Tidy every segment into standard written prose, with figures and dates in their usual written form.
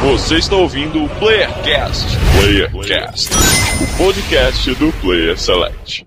Você está ouvindo o PlayerCast. PlayerCast, o podcast do Player Select.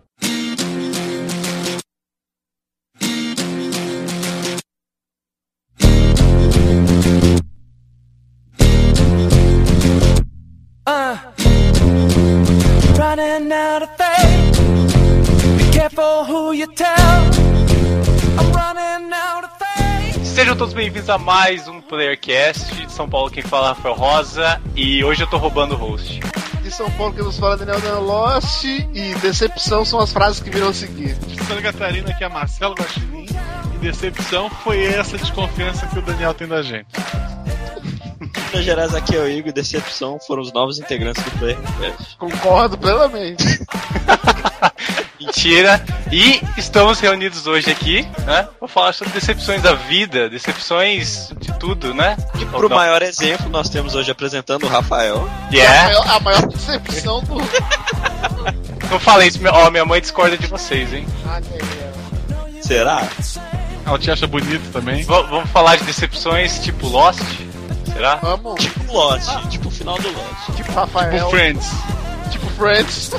Running out of faith. Be careful who you tell. I'm running out of faith. Sejam todos bem-vindos a mais um PlayerCast. De São Paulo quem fala é Rafael Rosa. E hoje eu tô roubando o host. De São Paulo quem nos fala é Daniel Lost. E decepção são as frases que virão a seguir. De Santa Catarina aqui é Marcelo Guaxinim. E decepção foi essa desconfiança que o Daniel tem da gente. Minas Gerais, aqui é o Igor. Decepção foram os novos integrantes do PlayerCast. Concordo plenamente. Mentira. E estamos reunidos hoje aqui, né? Vou falar sobre decepções da vida, decepções de tudo, né? E pro maior exemplo, nós temos hoje apresentando o Rafael. Yeah. A maior decepção do... Não falei isso, ó, minha mãe discorda de vocês, hein? Será? Ela te acha bonito também? Vamos falar de decepções tipo Lost? Será? Vamos. Tipo Lost, tipo o final do Lost. Tipo Rafael. Tipo Friends. Tipo Friends.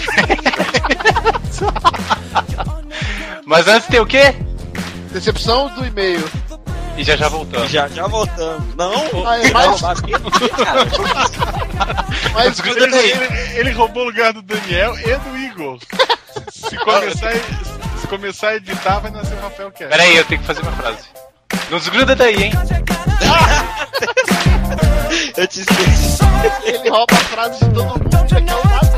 Mas antes tem o quê? Decepção do e-mail. E já voltamos. Já voltamos. Não, Mas Ele roubou o lugar do Daniel e do Igor. Se começar a editar, vai nascer o Rafael Cast. Pera aí, eu tenho que fazer uma frase. Não desgruda daí, hein? Eu te esqueci. ele rouba a frase de todo mundo. Já que é o lado.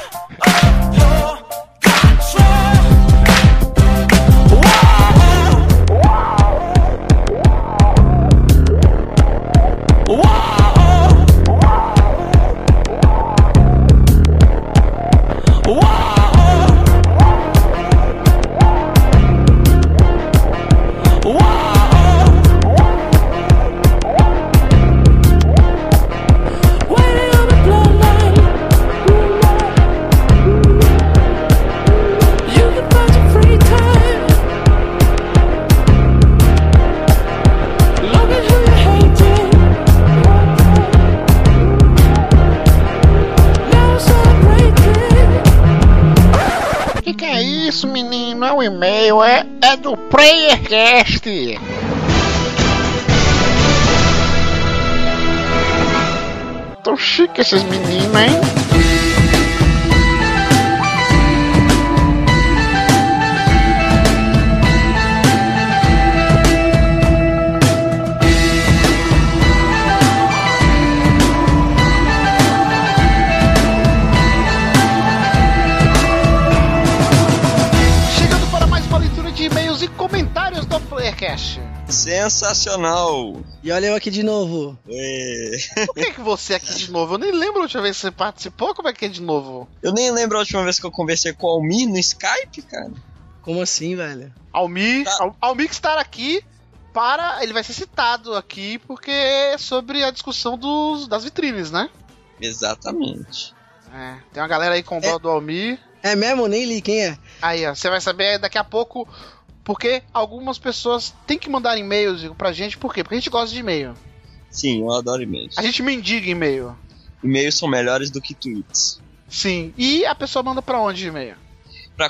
Que é isso, menino? É um e-mail, é do PlayerCast. Tão chique esses meninos, hein? E comentários do PlayerCast. Sensacional. E olha eu aqui de novo. Por que você aqui de novo? Eu nem lembro a última vez que você participou. Como é que é de novo? Eu nem lembro a última vez que eu conversei com o Almir no Skype, cara. Como assim, velho? Almir que está aqui ele vai ser citado aqui porque é sobre a discussão das vitrines, né? Exatamente. Tem uma galera aí com dó do Almir. É mesmo? Nem li quem é. Aí, ó, você vai saber daqui a pouco. Porque algumas pessoas têm que mandar e-mails pra gente, por quê? Porque a gente gosta de e-mail. Sim, eu adoro e-mails. A gente mendiga e-mail. E-mails são melhores do que tweets. Sim, e a pessoa manda pra onde e-mail? Pra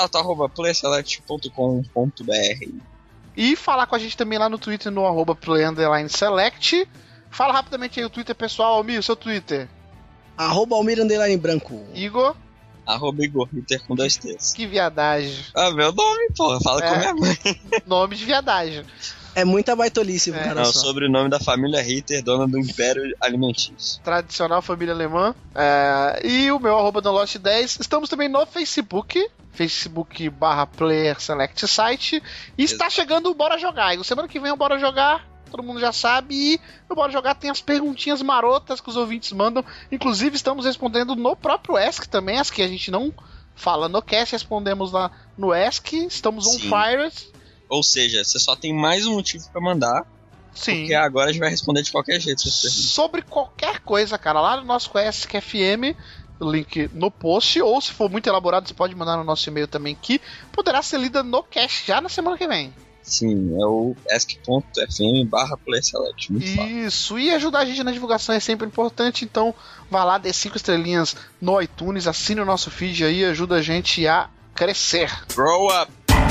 contato@playerselect.com.br. E falar com a gente também lá no Twitter, no @play_select. Fala rapidamente aí o Twitter pessoal, Almir, o seu Twitter. @Almir_Branco. Igor. @Igor Ritter com 2 T's. Que viadagem. Meu nome, porra. Fala com minha mãe. Nome de viadagem. É muita baitolice, cara. Não, sobrenome da família Ritter, dona do Império Alimentício. Tradicional família alemã. E o meu @donlost10. Estamos também no Facebook. Facebook/Player Select Site. E está chegando o Bora Jogar. E semana que vem o Bora Jogar. Todo mundo já sabe. E no Bora Jogar tem as perguntinhas marotas que os ouvintes mandam. Inclusive estamos respondendo no próprio Ask também. As que a gente não fala no cast, respondemos lá no Ask. Estamos on fire. Ou seja, você só tem mais um motivo pra mandar. Sim. Porque agora a gente vai responder de qualquer jeito. Sobre qualquer coisa, cara. Lá no nosso Ask FM, link no post. Ou se for muito elaborado, você pode mandar no nosso e-mail também, que poderá ser lida no cast já na semana que vem. Sim, é o ask.fm/playerselect. Muito fácil. Isso, e ajudar a gente na divulgação é sempre importante, então vá lá, dê 5 estrelinhas no iTunes, assine o nosso feed aí, ajuda a gente a crescer. Grow up!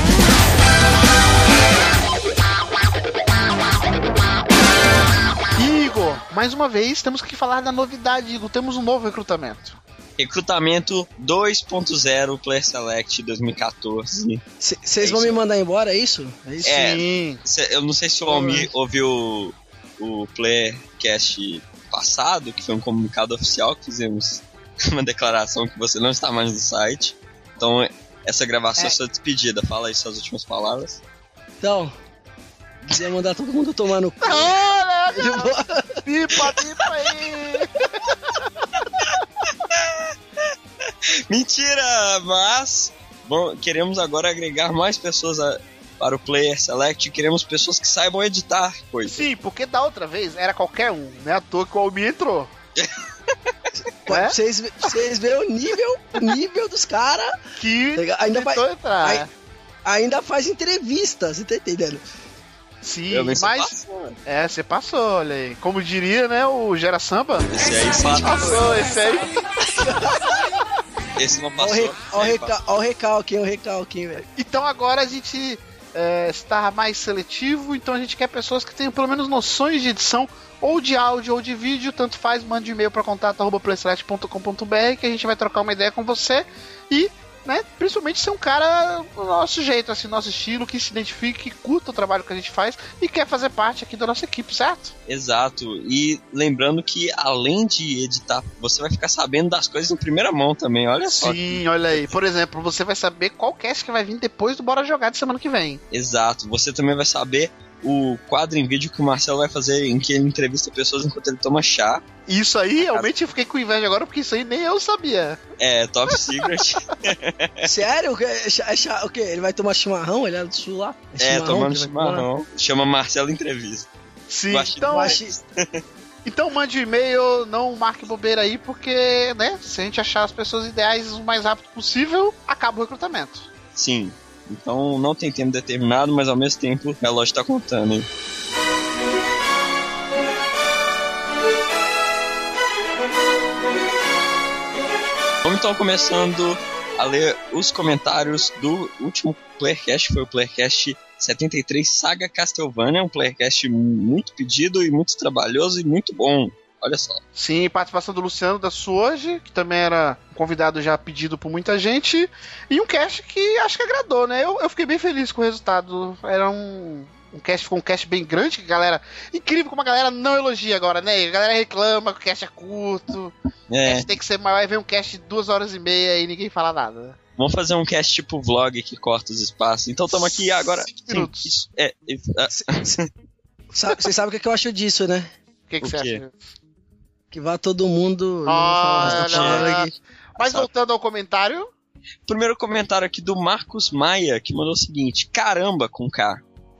Igor, mais uma vez temos que falar da novidade, Igor, temos um novo recrutamento. Recrutamento 2.0 Player Select 2014. Vocês vão me mandar embora, é isso? É isso? Sim. Eu não sei se o Almir ouviu o Playercast passado, que foi um comunicado oficial que fizemos uma declaração que você não está mais no site. Então, essa gravação é sua despedida. Fala aí suas últimas palavras. Então, quiser mandar todo mundo tomar no cu. Olha, pipa aí. Mentira, mas queremos agora agregar mais pessoas para o Player Select. Queremos pessoas que saibam editar coisas. Sim, porque da outra vez era qualquer um, não é à toa que o Almir entrou. Vocês veem o nível dos caras Que ainda tentou entrar. ainda faz entrevistas, você tá entendendo? Sim, mas você passou, olha aí. Como diria, né, o Gera Samba. Esse aí passou, esse aí. Esse não passou. Olha o recalque, velho. Então agora a gente está mais seletivo, então a gente quer pessoas que tenham pelo menos noções de edição, ou de áudio ou de vídeo, tanto faz, mande e-mail para contato@playselect.com.br que a gente vai trocar uma ideia com você e, né, principalmente ser um cara do nosso jeito, assim, nosso estilo, que se identifique, que curta o trabalho que a gente faz e quer fazer parte aqui da nossa equipe, certo? Exato, e lembrando que além de editar, você vai ficar sabendo das coisas em primeira mão também, olha só. Sim, olha aí, por exemplo, você vai saber qual cast que vai vir depois do Bora Jogar de semana que vem. Exato, você também vai saber o quadro em vídeo que o Marcelo vai fazer, em que ele entrevista pessoas enquanto ele toma chá. Isso aí, realmente eu fiquei com inveja agora, porque isso aí nem eu sabia. É, top secret. Sério? O quê? Ele vai tomar chimarrão? Ele é do sul lá? Tomando chimarrão. Chama Marcelo Entrevista. Sim, então mande um e-mail, não marque bobeira aí, porque, né, se a gente achar as pessoas ideais o mais rápido possível, acaba o recrutamento. Sim. Então não tem tempo determinado, mas ao mesmo tempo o relógio tá contando, hein? Vamos então começando a ler os comentários do último Playercast, foi o Playercast 73 Saga Castlevania, um Playercast muito pedido e muito trabalhoso e muito bom. Olha só. Sim, participação do Luciano da Suoji, que também era um convidado já pedido por muita gente. E um cast que acho que agradou, né? Eu fiquei bem feliz com o resultado. Era um cast, ficou um cast bem grande, que a galera... Incrível como a galera não elogia agora, né? A galera reclama que o cast é curto. O cast tem que ser maior, e vem um cast de 2h30 e ninguém fala nada. Vamos fazer um cast tipo vlog que corta os espaços. Então estamos aqui agora... 5 minutos. Você sabe o que eu acho disso, né? O que você acha? Que vá todo mundo. Mas voltando ao comentário. Primeiro comentário aqui do Marcos Maia, que mandou o seguinte: caramba, com K.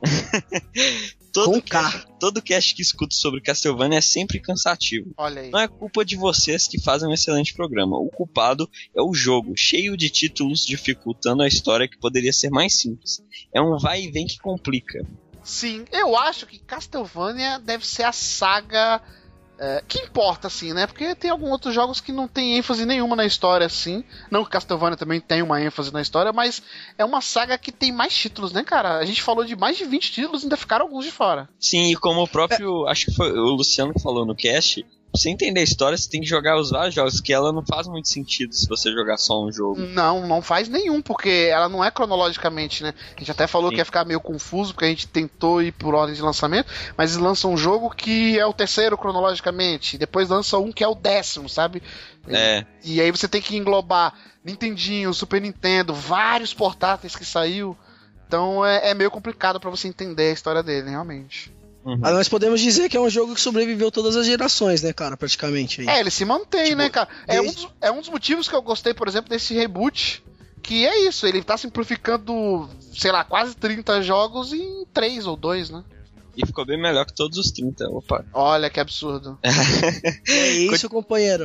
Todo cast que escuto sobre Castlevania é sempre cansativo. Olha aí. Não é culpa de vocês que fazem um excelente programa. O culpado é o jogo, cheio de títulos dificultando a história que poderia ser mais simples. É um vai e vem que complica. Sim, eu acho que Castlevania deve ser a saga que importa, assim, né? Porque tem alguns outros jogos que não tem ênfase nenhuma na história, assim. Não que Castlevania também tem uma ênfase na história, mas é uma saga que tem mais títulos, né, cara? A gente falou de mais de 20 títulos e ainda ficaram alguns de fora. Sim, e como o próprio, acho que foi o Luciano que falou no cast, pra você entender a história, você tem que jogar os vários jogos, que ela não faz muito sentido se você jogar só um jogo. Não faz nenhum, porque ela não é cronologicamente, né? A gente até falou que ia ficar meio confuso, porque a gente tentou ir por ordem de lançamento, mas eles lançam um jogo que é o terceiro cronologicamente, depois lança um que é o 10º, sabe? E aí você tem que englobar Nintendinho, Super Nintendo, vários portáteis que saiu, então é meio complicado pra você entender a história dele, realmente. Mas nós podemos dizer que é um jogo que sobreviveu todas as gerações, né, cara, praticamente. Ele se mantém, né, cara? É um dos motivos que eu gostei, por exemplo, desse reboot, que é isso, ele tá simplificando, sei lá, quase 30 jogos em 3 ou 2, né? E ficou bem melhor que todos os 30, opa. Olha que absurdo. É isso, companheiro.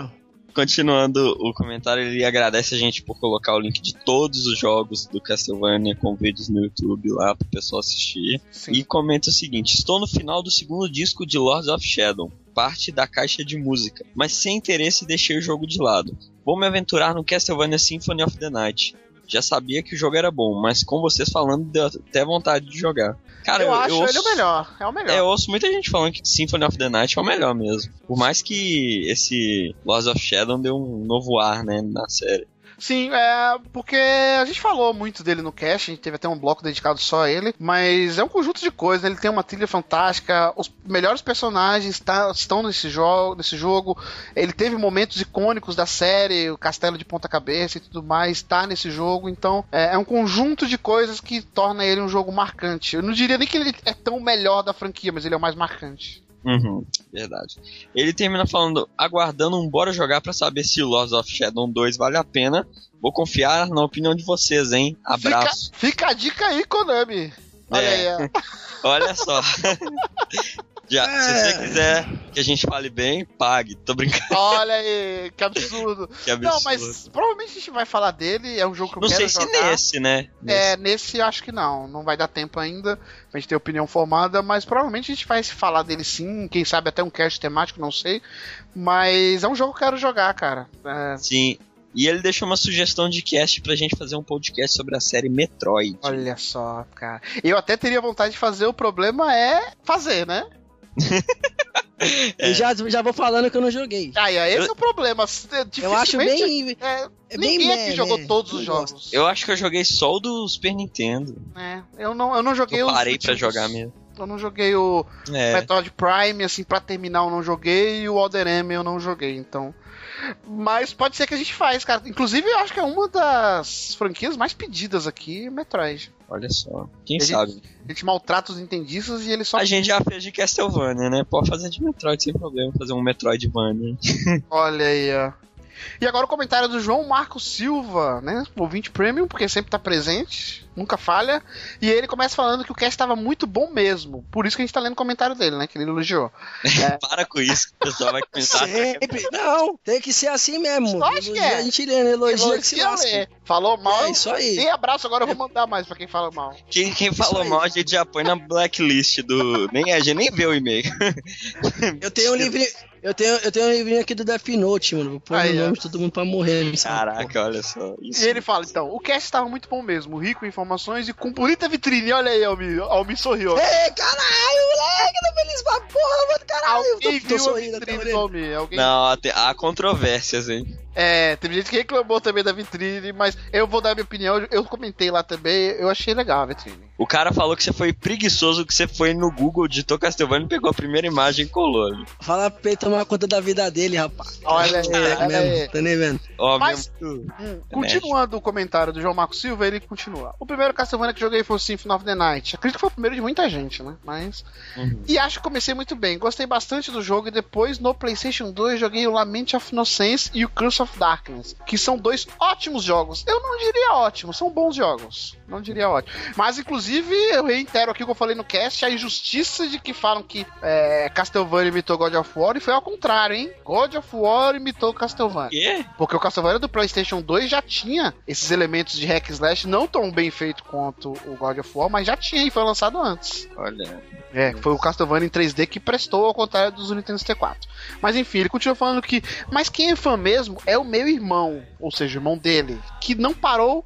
Continuando o comentário, ele agradece a gente por colocar o link de todos os jogos do Castlevania com vídeos no YouTube lá pro pessoal assistir. Sim. E comenta o seguinte: estou no final do segundo disco de Lords of Shadow, parte da caixa de música, mas sem interesse deixei o jogo de lado. Vou me aventurar no Castlevania Symphony of the Night. Já sabia que o jogo era bom, mas com vocês falando deu até vontade de jogar. Cara, eu acho ele o melhor. É o melhor. Eu ouço muita gente falando que Symphony of the Night é o melhor mesmo. Por mais que esse Lords of Shadow deu um novo ar, né, na série. Sim, porque a gente falou muito dele no cast, a gente teve até um bloco dedicado só a ele, mas é um conjunto de coisas, né? Ele tem uma trilha fantástica, os melhores personagens estão nesse jogo, ele teve momentos icônicos da série, o castelo de ponta cabeça e tudo mais, tá nesse jogo, então é um conjunto de coisas que torna ele um jogo marcante. Eu não diria nem que ele é tão melhor da franquia, mas ele é o mais marcante. Verdade. Ele termina falando: aguardando um bora jogar pra saber se o Lords of Shadow 2 vale a pena. Vou confiar na opinião de vocês, hein? Abraço. Fica a dica aí, Konami. Olha aí. Olha só. Se você quiser que a gente fale bem, pague. Tô brincando. Olha aí, que absurdo. Que absurdo. Não, mas provavelmente a gente vai falar dele. É um jogo que eu quero jogar. Não sei se nesse, né? Nesse eu acho que não. Não vai dar tempo ainda pra gente ter opinião formada. Mas provavelmente a gente vai falar dele sim. Quem sabe até um cast temático, não sei. Mas é um jogo que eu quero jogar, cara. Sim. E ele deixou uma sugestão de cast pra gente fazer um podcast sobre a série Metroid. Olha só, cara. Eu até teria vontade de fazer, o problema é fazer, né? Eu já vou falando que eu não joguei. Esse é o problema. Eu acho bem. Ninguém aqui jogou todos os jogos. Eu acho que eu joguei só o do Super Nintendo. Eu não joguei eu parei pra jogar mesmo. Eu não joguei o Metroid Prime, assim, pra terminar eu não joguei, e o Other M eu não joguei, então... Mas pode ser que a gente faz, cara. Inclusive, eu acho que é uma das franquias mais pedidas aqui, Metroid. Olha só, quem sabe? A gente maltrata os nintendistas e eles só... A gente já fez de Castlevania, né? Pode fazer de Metroid sem problema, fazer um Metroidvania. Olha aí, ó. E agora o comentário do João Marcos Silva, né? Ouvinte premium, porque sempre tá presente, nunca falha. E ele começa falando que o cast estava muito bom mesmo. Por isso que a gente tá lendo o comentário dele, né? Que ele elogiou. Para com isso, o pessoal vai pensar. Sempre. Não, tem que ser assim mesmo. Lógico que é. A gente lê, elogia que se lasca. Falou mal. É isso aí. Tem abraço, agora eu vou mandar mais pra quem fala mal. Quem falou mal, a gente já põe na blacklist do... A gente nem vê o e-mail. Eu tenho um livrinho... Eu tenho um livrinho aqui do Death Note, mano. Vou pôr o nome de todo mundo pra morrer. Caraca, olha só. Isso. E ele fala, então, o cast estava muito bom mesmo, rico em informações e com bonita vitrine. Olha aí, Almi sorriu. Ei, caralho, moleque, tô feliz pra porra, mano, caralho. Alguém viu sorrindo, a vitrine do Almi? Não, há controvérsias, hein. Teve gente que reclamou também da vitrine, mas eu vou dar minha opinião, eu comentei lá também, eu achei legal a vitrine. O cara falou que você foi preguiçoso, que você foi no Google, digitou Castlevania, pegou a primeira imagem e colou. Né? Fala pra ele tomar conta da vida dele, rapaz. Olha aí. Tá nem vendo? Mas, continuando o comentário do João Marcos Silva, ele continua. O primeiro Castlevania que joguei foi o Symphony of the Night. Acredito que foi o primeiro de muita gente, né? Mas... E acho que comecei muito bem. Gostei bastante do jogo e depois no PlayStation 2 joguei o Lament of Innocence e o Curse of Darkness, que são dois ótimos jogos. Eu não diria ótimos, são bons jogos. Não diria ótimo. Mas, inclusive, eu reitero aqui o que eu falei no cast, a injustiça de que falam que Castlevania imitou God of War, e foi ao contrário, hein? God of War imitou Castlevania. Quê? Porque o Castlevania do PlayStation 2 já tinha esses elementos de hack slash, não tão bem feito quanto o God of War, mas já tinha e foi lançado antes. Olha... Foi o Castlevania em 3D que prestou, ao contrário dos Nintendo 64. Mas enfim, ele continua falando que... Mas quem é fã mesmo é o meu irmão, ou seja, o irmão dele, que não parou...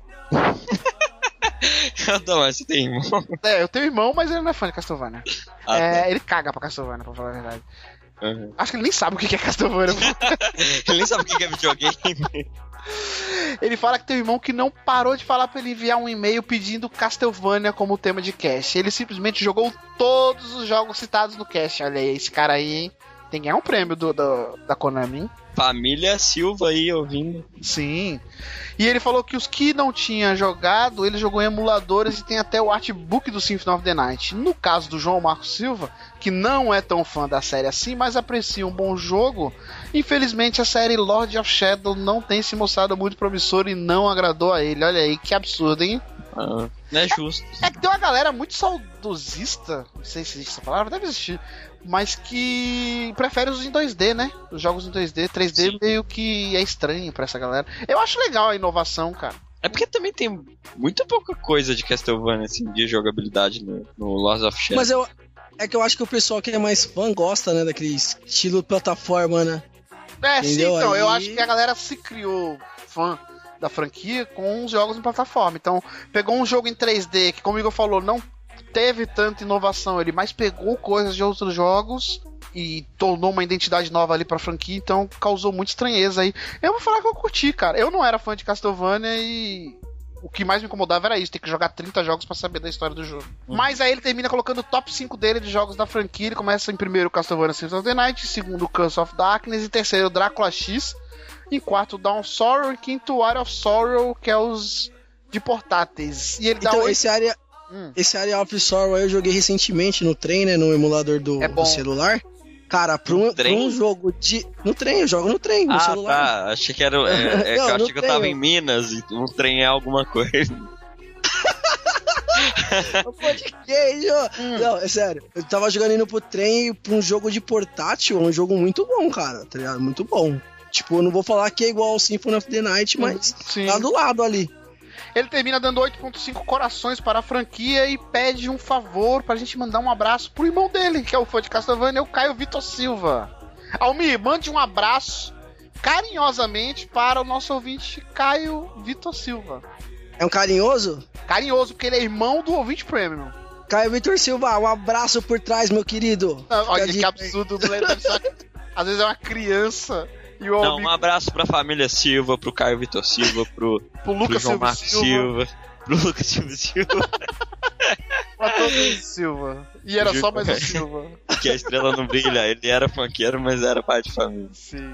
Mas você tem irmão? Eu tenho irmão, mas ele não é fã de Castlevania. Tá. Ele caga pra Castlevania, pra falar a verdade. Acho que ele nem sabe o que é Castlevania. Ele nem sabe o que é videogame. Ele fala que tem um irmão que não parou de falar pra ele enviar um e-mail pedindo Castlevania como tema de cast. Ele simplesmente jogou todos os jogos citados no cast. Olha aí, esse cara aí, hein? Tem que ganhar um prêmio da Konami, hein? Família Silva aí ouvindo. Sim. E ele falou que os que não tinha jogado, ele jogou em emuladores e tem até o artbook do Symphony of the Night. No caso do João Marcos Silva, que não é tão fã da série assim, mas aprecia um bom jogo, infelizmente a série Lord of Shadow não tem se mostrado muito promissora e não agradou a ele. Olha aí, que absurdo, hein? Não é justo. É que tem uma galera muito saudosista, não sei se existe essa palavra, deve existir, mas que prefere os em 2D, né? Os jogos em 2D, 3D Sim. meio que é estranho pra essa galera. Eu acho legal a inovação, cara. É porque também tem muito pouca coisa de Castlevania, assim, de jogabilidade no Lords of Shadow. Mas é que eu acho que o pessoal que é mais fã gosta, né, daquele estilo plataforma, né? Entendeu? Sim, então, aí... eu acho que a galera se criou fã da franquia com os jogos em plataforma. Então, pegou um jogo em 3D que, como o Igor falou, não teve tanta inovação, ele mais pegou coisas de outros jogos e tornou uma identidade nova ali pra franquia, então causou muita estranheza aí. Eu vou falar que eu curti, cara. Eu não era fã de Castlevania e o que mais me incomodava era isso, ter que jogar 30 jogos pra saber da história do jogo. Mas aí ele termina colocando o top 5 dele de jogos da franquia. Ele começa em primeiro Castlevania Symphony of the Night, em segundo Curse of Darkness, em terceiro Drácula X, em quarto Dawn of Sorrow, em quinto Area of Sorrow, que é os de portáteis. E ele dá então esse Area of Sorrow eu joguei recentemente no trem, né, no emulador do celular. Cara, pra um jogo de... No trem, eu jogo no trem, no celular. Tá, achei que era... eu achei que eu tava em Minas e um trem é alguma coisa. O podcast, Não, é sério. Eu tava jogando indo pro trem pra um jogo de portátil, um jogo muito bom, cara, tá ligado? Muito bom. Tipo, eu não vou falar que é igual ao Symphony of the Night, mas tá do lado ali. Ele termina dando 8.5 corações para a franquia e pede um favor pra gente mandar um abraço pro irmão dele, que é o fã de Castlevania, o Caio Vitor Silva. Almir, mande um abraço carinhosamente para o nosso ouvinte Caio Vitor Silva. É um carinhoso? Carinhoso, porque ele é irmão do ouvinte premium. Caio Vitor Silva, um abraço por trás, meu querido. Não, olha que absurdo. Às vezes é uma criança... Não, um abraço pra família Silva, pro Caio Vitor Silva, pro Lucas João Marcos Silva, pro Lucas Silva. Pra todo mundo Silva. E era só mais o Silva. Que a estrela não brilha, ele era funkeiro, mas era pai de família. Sim.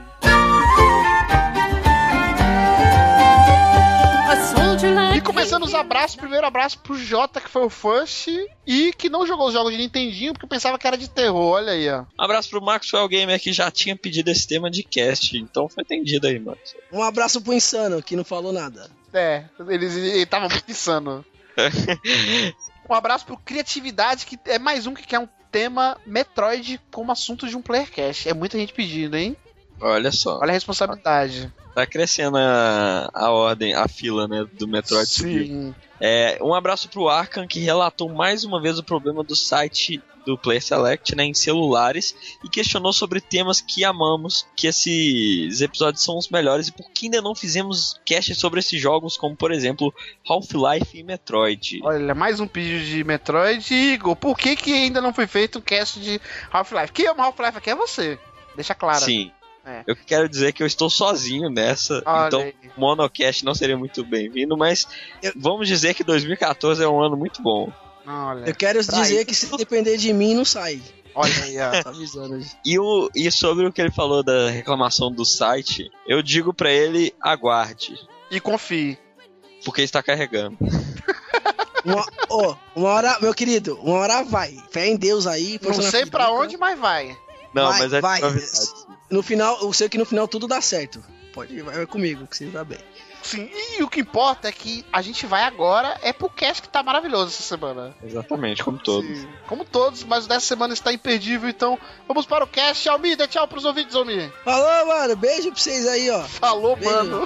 E começando os abraços, primeiro abraço pro Jota, que foi o Fush, e que não jogou os jogos de Nintendinho porque pensava que era de terror, olha aí, ó. Um abraço pro Maxwell Gamer, que já tinha pedido esse tema de cast, então foi entendido aí, Maxwell. Um abraço pro Insano, que não falou nada. Ele tava muito insano. Um abraço pro Criatividade, que é mais um que quer um tema Metroid como assunto de um Playercast. É muita gente pedindo, hein? Olha só. Olha a responsabilidade. Tá crescendo a ordem, a fila, né, do Metroid. Sim. Um abraço pro Arkham, que relatou mais uma vez o problema do site do Player Select, né, em celulares, e questionou sobre temas que amamos, que esses episódios são os melhores e por que ainda não fizemos cast sobre esses jogos, como por exemplo Half-Life e Metroid. Olha, mais um pedido de Metroid. Igor, por que ainda não foi feito um cast de Half-Life? Quem ama Half-Life aqui é você, deixa claro. Sim. Eu quero dizer que eu estou sozinho nessa, então o monocast não seria muito bem-vindo, mas vamos dizer que 2014 é um ano muito bom. Olha, eu quero dizer que se depender de mim, não sai. Olha aí, ó. Tá avisando aí. E sobre o que ele falou da reclamação do site, eu digo pra ele, aguarde. E confie. Porque está carregando. Uma hora, meu querido, uma hora vai. Fé em Deus aí. Não sei pra onde, mas vai. Não, mas é vai. No final, eu sei que no final tudo dá certo. Pode ir, vai comigo, que você dá bem. Sim, e o que importa é que a gente vai agora pro cast que tá maravilhoso essa semana. Exatamente, como todos. Sim, como todos, mas dessa semana está imperdível, então vamos para o cast. Almir, dê tchau pros ouvintes, Almir. Falou, mano, beijo pra vocês aí, ó. Falou, beijo. Mano.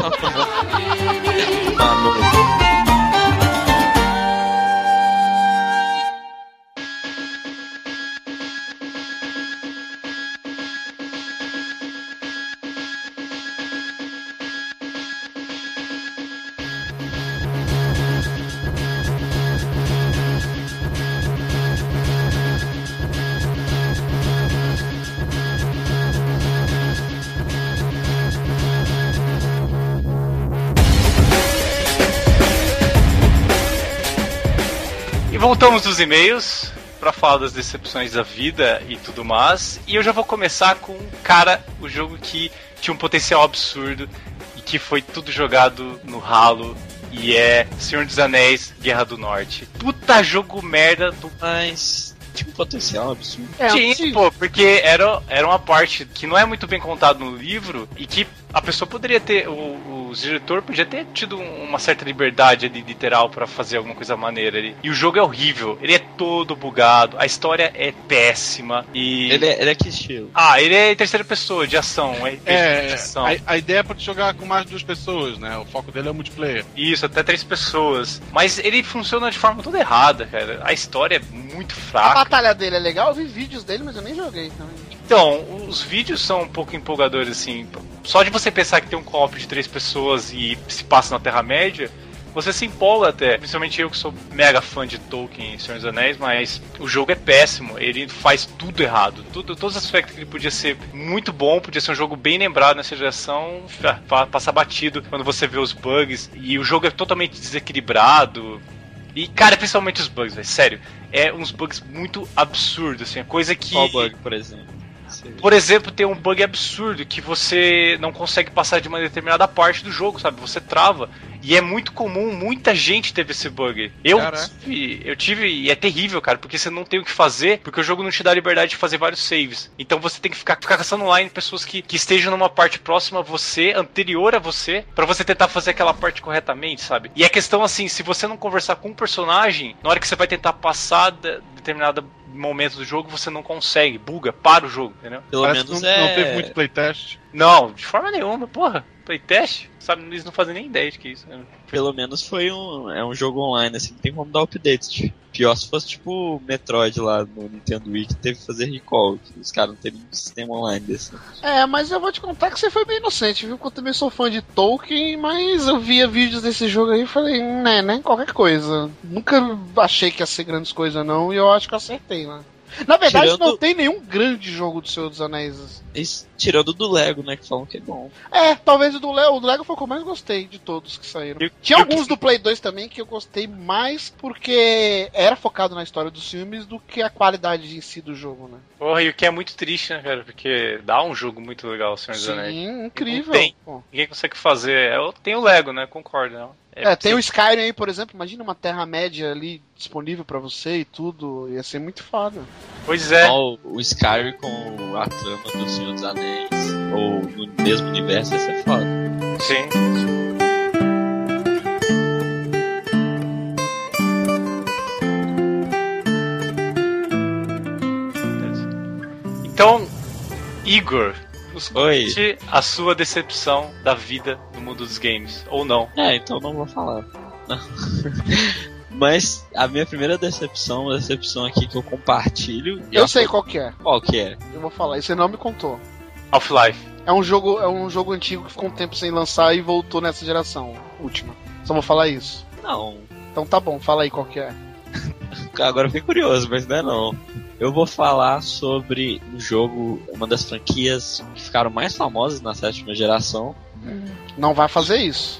Voltamos dos e-mails pra falar das decepções da vida e tudo mais. E eu já vou começar com, cara, o jogo que tinha um potencial absurdo e que foi tudo jogado no ralo. E é Senhor dos Anéis, Guerra do Norte. Puta jogo merda do... Mas tinha um potencial absurdo. Tinha, pô, porque era uma parte que não é muito bem contada no livro e que a pessoa poderia ter... O o diretor podia ter tido uma certa liberdade ali, literal, pra fazer alguma coisa maneira ali. E o jogo é horrível, ele é todo bugado, a história é péssima e... Ele é que estilo? Ele é em terceira pessoa, de ação. De ação. A ideia é pra te jogar com mais de 2 pessoas, né? O foco dele é o multiplayer. Isso, até 3 pessoas. Mas ele funciona de forma toda errada, cara. A história é muito A fraca. batalha dele é legal, eu vi vídeos dele, mas eu nem joguei também. Então, os vídeos são um pouco empolgadores, assim. Só de você pensar que tem um co-op de 3 pessoas e se passa na Terra-média, você se empolga até. Principalmente eu que sou mega fã de Tolkien e Senhor dos Anéis, mas o jogo é péssimo. Ele faz tudo errado. Todos os aspectos que ele podia ser muito bom, podia ser um jogo bem lembrado nessa geração, passa batido quando você vê os bugs. E o jogo é totalmente desequilibrado. E, cara, principalmente os bugs, velho. Sério. É uns bugs muito absurdos, assim. Coisa que... Qual bug, por exemplo? Por exemplo, tem um bug absurdo que você não consegue passar de uma determinada parte do jogo, sabe? Você trava. E é muito comum, muita gente teve esse bug. Eu tive, e é terrível, cara, porque você não tem o que fazer, porque o jogo não te dá a liberdade de fazer vários saves. Então você tem que ficar caçando online pessoas que estejam numa parte próxima a você, anterior a você, pra você tentar fazer aquela parte corretamente, sabe? E a questão, assim, se você não conversar com um personagem, na hora que você vai tentar passar determinado momento do jogo, você não consegue, buga, para o jogo, entendeu? Pelo Parece menos que não teve muito playtest. Não, de forma nenhuma, porra. Playtest? Sabe, eles não fazem nem ideia de que isso. Né? Pelo menos foi um jogo online, assim, que tem como dar update. Pior se fosse tipo Metroid lá no Nintendo Wii, que teve que fazer recall, que os caras não teriam um sistema online desse. Mas eu vou te contar que você foi bem inocente, viu? Porque eu também sou fã de Tolkien, mas eu via vídeos desse jogo aí e falei, né, qualquer coisa. Nunca achei que ia ser grandes coisas não, e eu acho que eu acertei, né? Na verdade, não tem nenhum grande jogo do Senhor dos Anéis. Tirando do Lego, né? Que falam que é bom. Talvez o do Lego foi o que eu mais gostei de todos que saíram. Tinha alguns do Play 2 também que eu gostei mais porque era focado na história dos filmes do que a qualidade em si do jogo, né? Porra, e o que é muito triste, né, cara? Porque dá um jogo muito legal, o Senhor dos Anéis. Sim, incrível. Ninguém consegue fazer. Tem o Lego, né? Concordo, não? Tem o Skyrim aí, por exemplo. Imagina uma Terra-média ali disponível pra você e tudo. Ia ser muito foda. Pois é. O Skyrim com a trama do Senhor dos Anéis, ou no mesmo universo, ia ser foda. Sim. Então, Igor, nos conte a sua decepção da vida no mundo dos games, ou não. Então não vou falar. Não. Mas a minha primeira decepção, uma decepção aqui que eu compartilho... Eu sei qual que é. Qual que é? Eu vou falar, e você não me contou. Half-Life. É um jogo antigo que ficou um tempo sem lançar e voltou nessa geração última. Só vou falar isso. Não. Então tá bom, fala aí qual que é. Agora eu fiquei curioso, mas não é não. Eu vou falar sobre um jogo, uma das franquias que ficaram mais famosas na 7ª geração. Não vai fazer isso.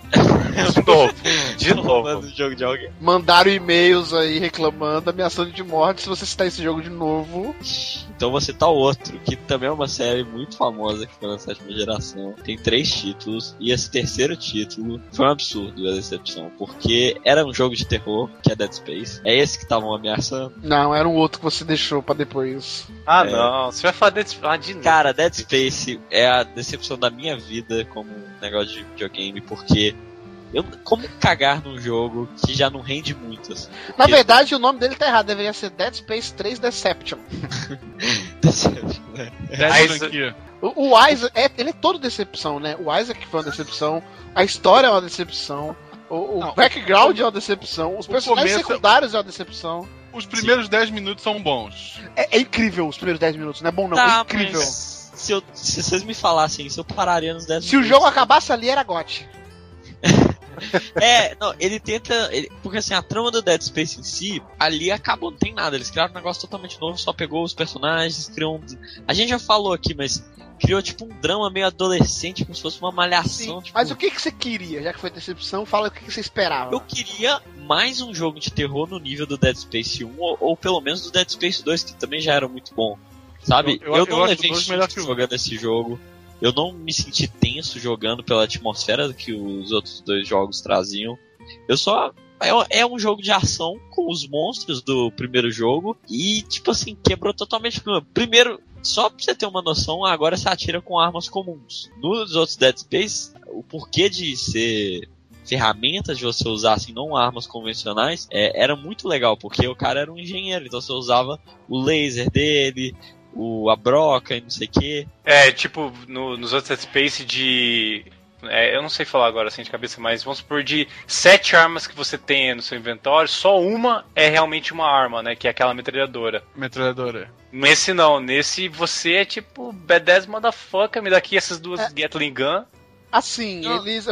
De novo. Jogo de alguém. Mandaram e-mails aí reclamando, ameaçando de morte se você citar esse jogo de novo. Então você tá o outro, que também é uma série muito famosa que foi na 7ª geração. Tem 3 títulos, e esse terceiro título foi um absurdo a decepção, porque era um jogo de terror, que é Dead Space. É esse que estavam ameaçando? Não, era um outro que você deixou pra depois. Não, você vai falar Dead Space de novo. Cara, Dead Space é a decepção da minha vida como um negócio de videogame, porque como cagar num jogo que já não rende muito, assim? Porque... Na verdade, o nome dele tá errado. Deveria ser Dead Space 3 Deception. Deception, né? O Isaac, ele é todo decepção, né? O Isaac foi uma decepção. A história é uma decepção. O background é uma decepção. Os personagens secundários é uma decepção. Os primeiros 10 minutos são bons. É incrível os primeiros 10 minutos. Não é bom não, é incrível. Se vocês me falassem isso, eu pararia nos 10 minutos. Se o jogo acabasse ali, era GOT. Ele tenta... porque assim, a trama do Dead Space em si, ali acabou, não tem nada. Eles criaram um negócio totalmente novo, só pegou os personagens, criou a gente já falou aqui, mas criou tipo um drama meio adolescente, como se fosse uma malhação. Sim, tipo... Mas o que você queria? Já que foi decepção, fala o que você esperava. Eu queria mais um jogo de terror no nível do Dead Space 1, ou pelo menos do Dead Space 2, que também já era muito bom. Sabe? Eu não levei susto jogando esse jogo. Eu não me senti tenso jogando pela atmosfera que os outros 2 jogos traziam. Eu só... É um jogo de ação com os monstros do primeiro jogo. E, tipo assim, quebrou totalmente o clima. Primeiro, Só pra você ter uma noção, agora você atira com armas comuns. Nos outros Dead Space, o porquê de ser ferramentas de você usar, assim, não armas convencionais, era muito legal, porque o cara era um engenheiro, então você usava o laser dele, a broca e não sei o que. Tipo, nos outros Dead Space eu não sei falar agora assim de cabeça, mas vamos supor, de 7 armas que você tem no seu inventório, só uma é realmente uma arma, né? Que é aquela metralhadora. Nesse não, nesse você é tipo badass motherfucker, me dá aqui essas duas Gatling Gun. Assim, eu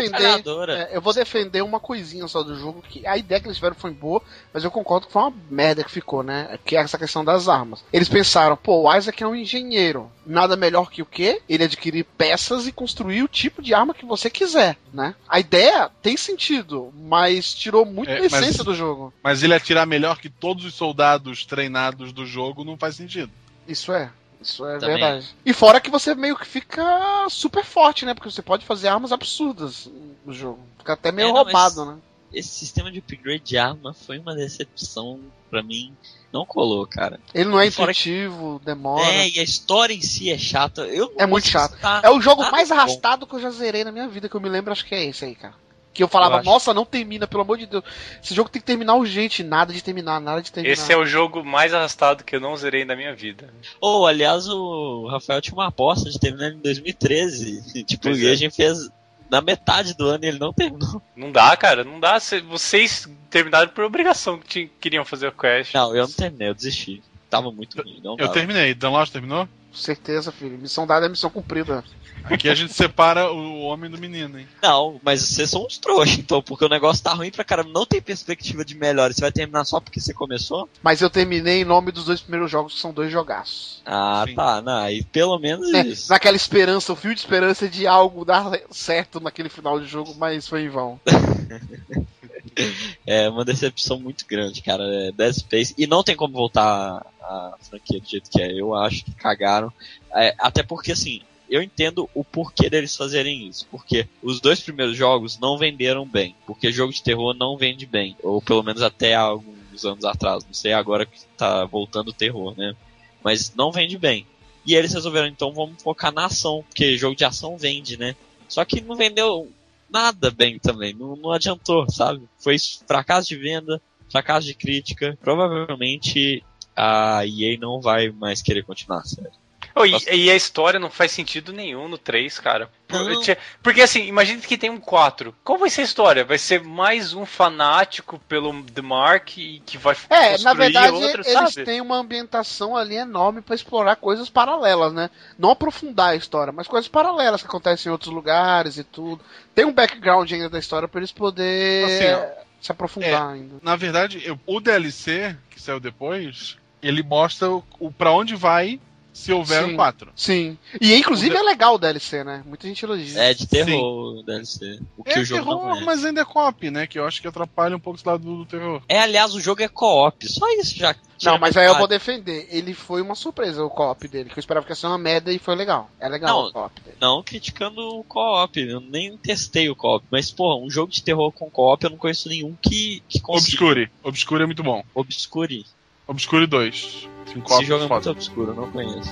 vou defender uma coisinha só do jogo, que a ideia que eles tiveram foi boa, mas eu concordo que foi uma merda que ficou, né? Que é essa questão das armas. Eles pensaram, o Isaac é um engenheiro, nada melhor que o quê? Ele adquirir peças e construir o tipo de arma que você quiser, né? A ideia tem sentido, mas tirou muito da essência do jogo. Mas ele atirar melhor que todos os soldados treinados do jogo não faz sentido. Isso é verdade. E fora que você meio que fica super forte, né? Porque você pode fazer armas absurdas no jogo. Fica até meio roubado, né? Esse sistema de upgrade de arma foi uma decepção pra mim. Não colou, cara. Ele não é intuitivo, demora. E a história em si é chata. É muito chato. É o jogo mais arrastado que eu já zerei na minha vida, que eu me lembro, acho que é esse aí, cara. Que eu falava, nossa, não termina, pelo amor de Deus. Esse jogo tem que terminar urgente, nada de terminar. Esse é o jogo mais arrastado que eu não zerei na minha vida. Aliás, o Rafael tinha uma aposta de terminar em 2013. Tipo, e a gente fez na metade do ano e ele não terminou. Não dá, cara, não dá. Vocês terminaram por obrigação que queriam fazer o quest. Não, eu não terminei, eu desisti. Tava muito ruim. Eu terminei. Download terminou? Com certeza, filho. Missão dada é missão cumprida. Aqui a gente separa o homem do menino, hein? Não, mas vocês são uns trouxas, então, porque o negócio tá ruim pra caramba. Não tem perspectiva de melhora. Você vai terminar só porque você começou? Mas eu terminei em nome dos 2 primeiros jogos, que são 2 jogaços. Sim. Tá. Não, e pelo menos isso. Naquela esperança, o fio de esperança de algo dar certo naquele final de jogo, mas foi em vão. É uma decepção muito grande, cara. Dead Space. E não tem como voltar a franquia do jeito que é. Eu acho que cagaram. Até porque, assim, eu entendo o porquê deles fazerem isso. Porque os 2 primeiros jogos não venderam bem. Porque jogo de terror não vende bem. Ou pelo menos até há alguns anos atrás. Não sei agora que tá voltando o terror, né? Mas não vende bem. E eles resolveram, então, vamos focar na ação. Porque jogo de ação vende, né? Só que não vendeu nada bem também. Não adiantou, sabe? Foi fracasso de venda, fracasso de crítica. Provavelmente a EA não vai mais querer continuar, sério. E a história não faz sentido nenhum no 3, cara. Porque assim, imagina que tem um 4. Qual vai ser a história? Vai ser mais um fanático pelo The Mark que vai construir na verdade, outro, eles sabe? têm uma ambientação ali enorme pra explorar coisas paralelas, né? Não aprofundar a história, mas coisas paralelas que acontecem em outros lugares e tudo. Tem um background ainda da história pra eles poderem se aprofundar ainda. Na verdade, o DLC, que saiu depois, ele mostra pra onde vai se houver um 4. Sim. E inclusive é legal o DLC, né? Muita gente elogia. É de terror o DLC. O que o jogo terror, não é. Mas ainda é co-op, né? Que eu acho que atrapalha um pouco esse lado do terror. Aliás, o jogo é co-op. Só isso já. Não, mas aí eu vou defender. Ele foi uma surpresa, o co-op dele. Que eu esperava que ia ser uma merda e foi legal. É legal o co-op dele. Não criticando o co-op. Eu nem testei o co-op. Mas, porra, um jogo de terror com co-op eu não conheço nenhum que consiga. Obscure é muito bom. Obscure 2. Esse jogo é muito obscuro, eu não conheço.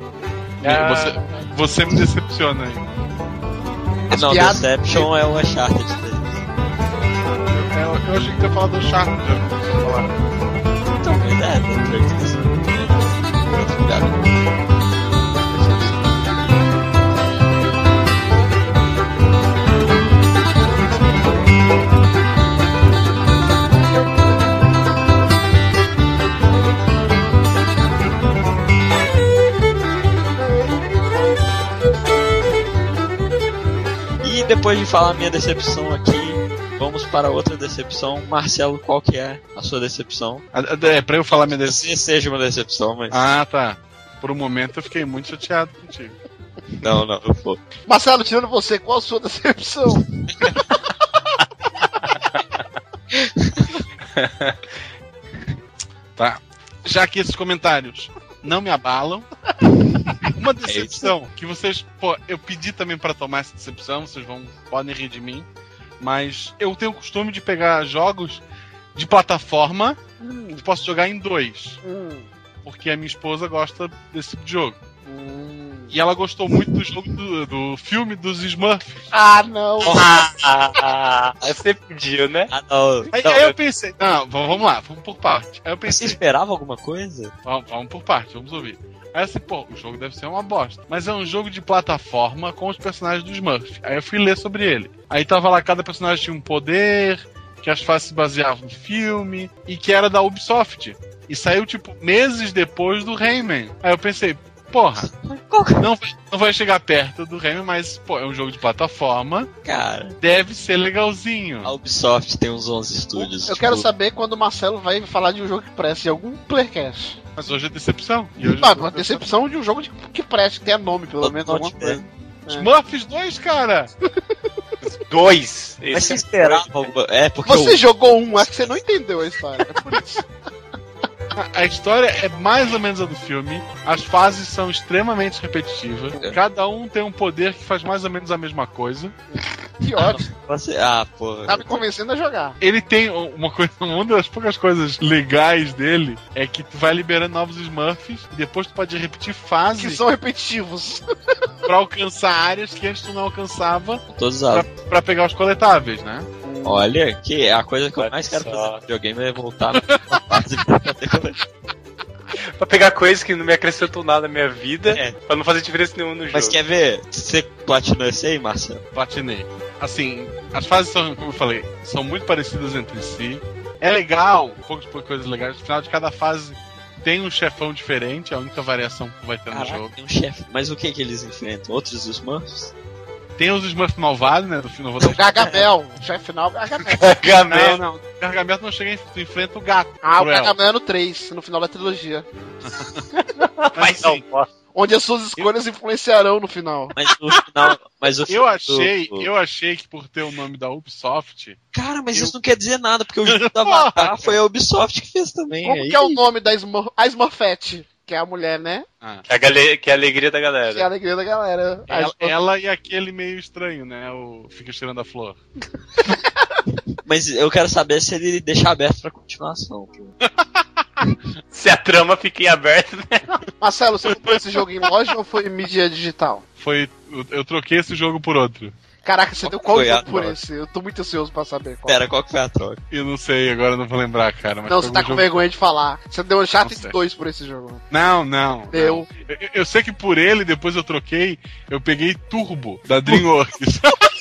Você me decepciona aí. Não, Deception é o Uncharted. Eu achei que você ia falar do Uncharted. Então, mas Obrigado. E depois de falar a minha decepção aqui, vamos para outra decepção. Marcelo, qual que é a sua decepção? Pra eu falar minha decepção. Que seja uma decepção, mas... Ah, tá. Por um momento eu fiquei muito chateado contigo. Não, eu vou. Marcelo, tirando você, qual a sua decepção? Tá. Já que esses comentários não me abalam, uma decepção que vocês... Pô, eu pedi também pra tomar essa decepção, vocês podem rir de mim, mas eu tenho o costume de pegar jogos de plataforma que posso jogar em 2. porque a minha esposa gosta desse tipo de jogo. E ela gostou muito do jogo do filme dos Smurfs. Ah, não. Você pediu, né? Não. Aí eu pensei, não, vamos lá, vamos por parte. Aí eu Você pensei, esperava alguma coisa? vamos por parte, vamos ouvir. Aí assim, pô, o jogo deve ser uma bosta. Mas é um jogo de plataforma com os personagens do Smurf. Aí eu fui ler sobre ele. Aí tava lá, cada personagem tinha um poder, que as fases se baseavam no filme, e que era da Ubisoft. E saiu, tipo, meses depois do Rayman. Aí eu pensei, porra, não vai chegar perto do Rayman, mas, pô, é um jogo de plataforma. Cara, Deve ser legalzinho. a Ubisoft tem uns 11 estúdios. Eu quero saber quando o Marcelo vai falar de um jogo que presta de algum Playercast. Mas hoje é decepção. E hoje Uma decepção de um jogo que preste, que tenha nome, pelo menos, alguma coisa. Smurfs 2, cara! 2. Mas você esperava alguma... É, porque Você jogou um, acho que você não entendeu a história. É por isso. A história é mais ou menos a do filme. As fases são extremamente repetitivas. Cada um tem um poder que faz mais ou menos a mesma coisa. Que ótimo. porra. Tá me convencendo a jogar. Ele tem uma das poucas coisas legais dele é que tu vai liberando novos Smurfs e depois tu pode repetir Que fases são repetitivos. pra alcançar áreas que antes tu não alcançava Todos pra pegar os coletáveis, né? Olha, que a coisa que eu Olha mais quero só. fazer no videogame é voltar na fase pra ter coleção. Pra pegar coisas que não me acrescentam nada na minha vida, É. pra não fazer diferença nenhuma no jogo. Mas quer ver? Você platinou esse aí, Marcelo? Platinei. Assim, as fases são, como eu falei, são muito parecidas entre si. É legal, poucas coisas legais. No final de cada fase tem um chefão diferente, é a única variação que vai ter no Caraca, jogo. tem um chefe. Mas o que eles enfrentam? Outros Smurfs? Tem os Smurfs malvados, né? Do final vou dar Gargamel. O chefe final, Gargamel. Gargamel. Não. Gargamel não chega, tu enfrenta o gato. Ah, o cruel. Gargamel é no 3, no final da trilogia. Mas Não, assim, posso. Onde as suas escolhas influenciarão no final. Mas no final. Mas o eu filme achei que por ter o nome da Ubisoft, Cara, mas isso não quer dizer nada, porque o jogo da Avatar foi a Ubisoft que fez também. Como aí... que é o nome da a Smurfette? Que é a mulher, né? Que é a alegria da Que é a galera. alegria da galera. ela e aquele meio estranho, né? O fica cheirando a flor. Mas eu quero saber se ele deixa aberto pra continuação. Se a trama fica em aberto, né? Marcelo, você comprou esse jogo em loja ou foi em mídia digital? Eu troquei esse jogo por outro. Caraca, você deu qual foi a jogo por troca? esse? Eu tô muito ansioso pra saber qual. Pera, qual que foi a troca? Eu não sei, agora eu não vou lembrar, cara. Mas Não, foi você tá algum com jogo- vergonha de falar. Você deu um chat Não sei. 2 por esse jogo. Não. Deu. Eu sei que por ele, depois eu troquei, eu peguei Turbo, da DreamWorks.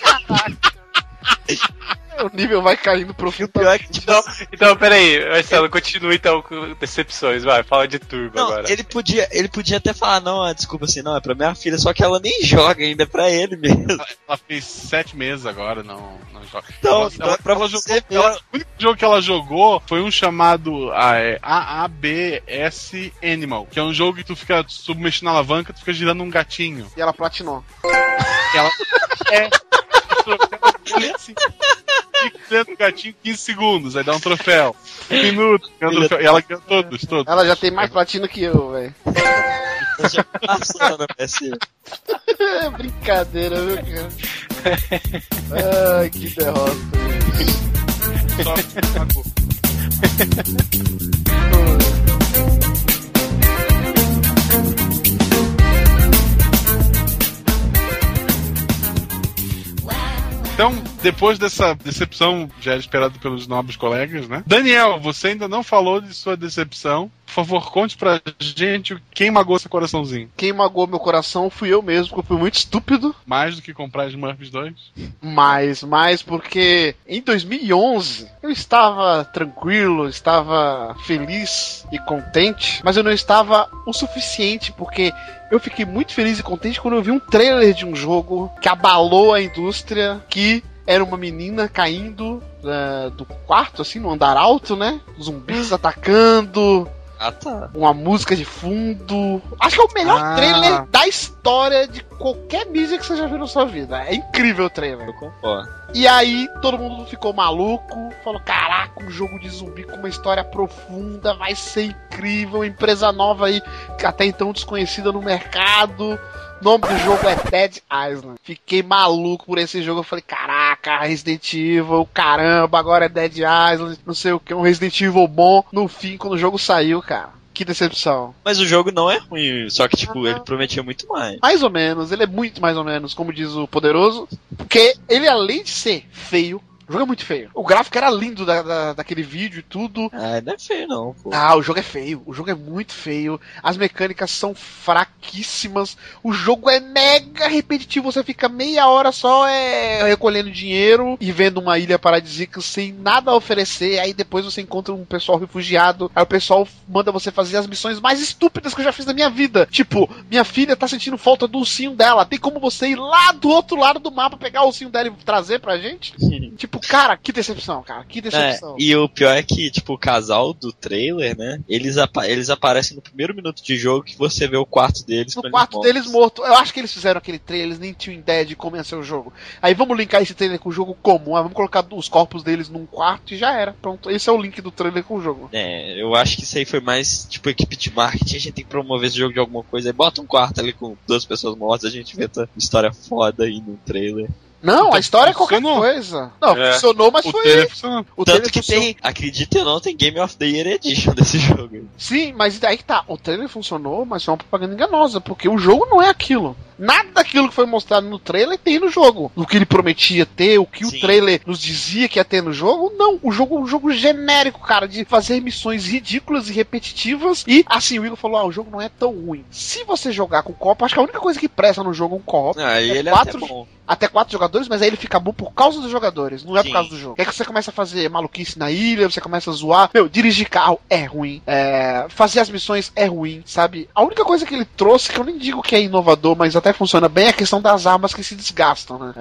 O nível vai caindo pro fim. Pior é que, tipo, Então, peraí, Marcelo, continua então com decepções, vai, fala de Turbo não, agora. ele podia até falar, não, desculpa assim, não, é pra minha filha, só que ela nem joga ainda, é pra ele mesmo. Ela fez 7 meses agora, não joga. Então, ela, pra ela você jogou, o único jogo que ela jogou foi um chamado AABS Animal, que é um jogo que tu fica submexendo na alavanca, tu fica girando um gatinho. E ela platinou. E ela assim, fica dentro do gatinho 15 segundos, aí dá um troféu. 1 minuto, ganha um troféu. E ela ganha todos. Ela já tem mais platina que eu, velho. Já passou na PS. Brincadeira, viu, cara? Ai, que derrota. Só pagou. Então, depois dessa decepção já era esperada pelos nobres colegas, né? Daniel, você ainda não falou de sua decepção. Por favor, conte pra gente quem magoou seu coraçãozinho. Quem magoou meu coração fui eu mesmo, porque eu fui muito estúpido. Mais do que comprar Smurfs 2? Mais porque em 2011 eu estava tranquilo, estava feliz e contente, mas eu não estava o suficiente, porque eu fiquei muito feliz e contente quando eu vi um trailer de um jogo que abalou a indústria, que era uma menina caindo do quarto, assim, no andar alto, né? Zumbis atacando. Ah, tá. Uma música de fundo. Acho que é o melhor trailer da história de qualquer mídia que você já viu na sua vida. É incrível o trailer. Eu concordo. E aí todo mundo ficou maluco. Falou, caraca, um jogo de zumbi com uma história profunda. Vai ser incrível. Empresa nova aí, que até então desconhecida no mercado. O nome do jogo é Dead Island. Fiquei maluco por esse jogo. Eu falei, caraca, Resident Evil, caramba, agora é Dead Island, não sei o que, um Resident Evil bom. No fim, quando o jogo saiu, cara, Que decepção. Mas o jogo não é ruim, só que, tipo, ele prometia muito mais. Mais ou menos, ele é muito mais ou menos, como diz o Poderoso, porque ele, além de ser feio, o jogo é muito feio. O gráfico era lindo daquele vídeo e tudo. Ah, não é feio não, pô. Ah, o jogo é feio. O jogo é muito feio. As mecânicas são fraquíssimas. O jogo é mega repetitivo. Você fica meia hora só recolhendo dinheiro e vendo uma ilha paradisíaca sem nada a oferecer. Aí depois você encontra um pessoal refugiado. Aí o pessoal manda você fazer as missões mais estúpidas que eu já fiz na minha vida. Tipo, minha filha tá sentindo falta do ursinho dela. Tem como você ir lá do outro lado do mapa, pegar o ursinho dela e trazer pra gente? Tipo, cara, que decepção, cara. Que decepção. E o pior é que, tipo, o casal do trailer, né? Eles aparecem no primeiro minuto de jogo que você vê o quarto deles. No quarto deles morto. Eu acho que eles fizeram aquele trailer, eles nem tinham ideia de como ia ser o jogo. Aí vamos linkar esse trailer com o jogo comum. Vamos colocar os corpos deles num quarto e já era. Pronto. Esse é o link do trailer com o jogo. Eu acho que isso aí foi mais, tipo, equipe de marketing. A gente tem que promover esse jogo de alguma coisa. Aí bota um quarto ali com 2 pessoas mortas. A gente vê essa história foda aí no trailer. Não, então, a história é qualquer funcionou. coisa. Não, funcionou, mas foi. Funcionou. O Tanto trailer que tem, acredite ou não, tem Game of the Year Edition desse jogo. Sim, mas daí que tá. O trailer funcionou, mas foi uma propaganda enganosa, porque o jogo não é aquilo. Nada daquilo que foi mostrado no trailer tem no jogo. O que ele prometia ter, o que o trailer nos dizia que ia ter no jogo, não. O jogo é um jogo genérico, cara, de fazer missões ridículas e repetitivas. E, assim, o Igor falou, o jogo não é tão ruim. Se você jogar com co-op, acho que a única coisa que presta no jogo é um co-op. Aí ele é até bom. Até 4 jogadores, mas aí ele fica bom por causa dos jogadores, não é por causa do jogo. É que você começa a fazer maluquice na ilha, você começa a zoar. Dirigir carro é ruim. Fazer as missões é ruim, sabe? A única coisa que ele trouxe, que eu nem digo que é inovador, mas até funciona bem, é a questão das armas que se desgastam, né?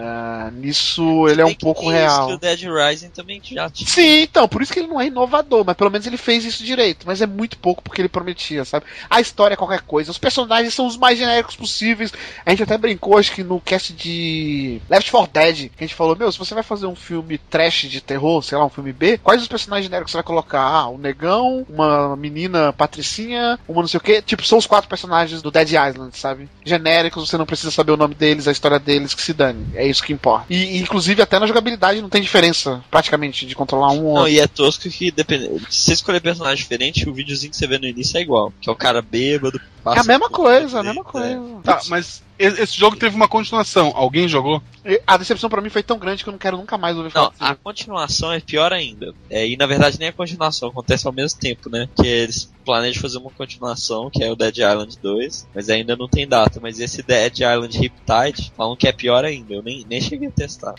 Nisso ele é um pouco real. Isso, o Dead Rising também já tinha. Sim, então, por isso que ele não é inovador, mas pelo menos ele fez isso direito. Mas é muito pouco porque ele prometia, sabe? A história é qualquer coisa. Os personagens são os mais genéricos possíveis. A gente até brincou, acho que no cast de Left 4 Dead, que a gente falou, se você vai fazer um filme trash de terror, sei lá, um filme B, quais os personagens genéricos você vai colocar? Um negão, uma menina patricinha, uma não sei o que. Tipo, são os 4 personagens do Dead Island, sabe? Genéricos, você não precisa saber o nome deles, a história deles, que se dane. É isso que importa. E inclusive até na jogabilidade não tem diferença, praticamente, de controlar um ou outro. Não, e é tosco que, dependendo, se você escolher personagem diferente, o videozinho que você vê no início é igual. Que é o cara bêbado. É a mesma coisa, a mesma coisa. Tá, mas esse jogo teve uma continuação. Alguém jogou? A decepção pra mim foi tão grande que eu não quero nunca mais ouvir falar. Não, a continuação é pior ainda. E na verdade nem a continuação, acontece ao mesmo tempo, né? Que eles planejam fazer uma continuação, que é o Dead Island 2, mas ainda não tem data. Mas esse Dead Island Riptide falam que é pior ainda. Eu nem cheguei a testar.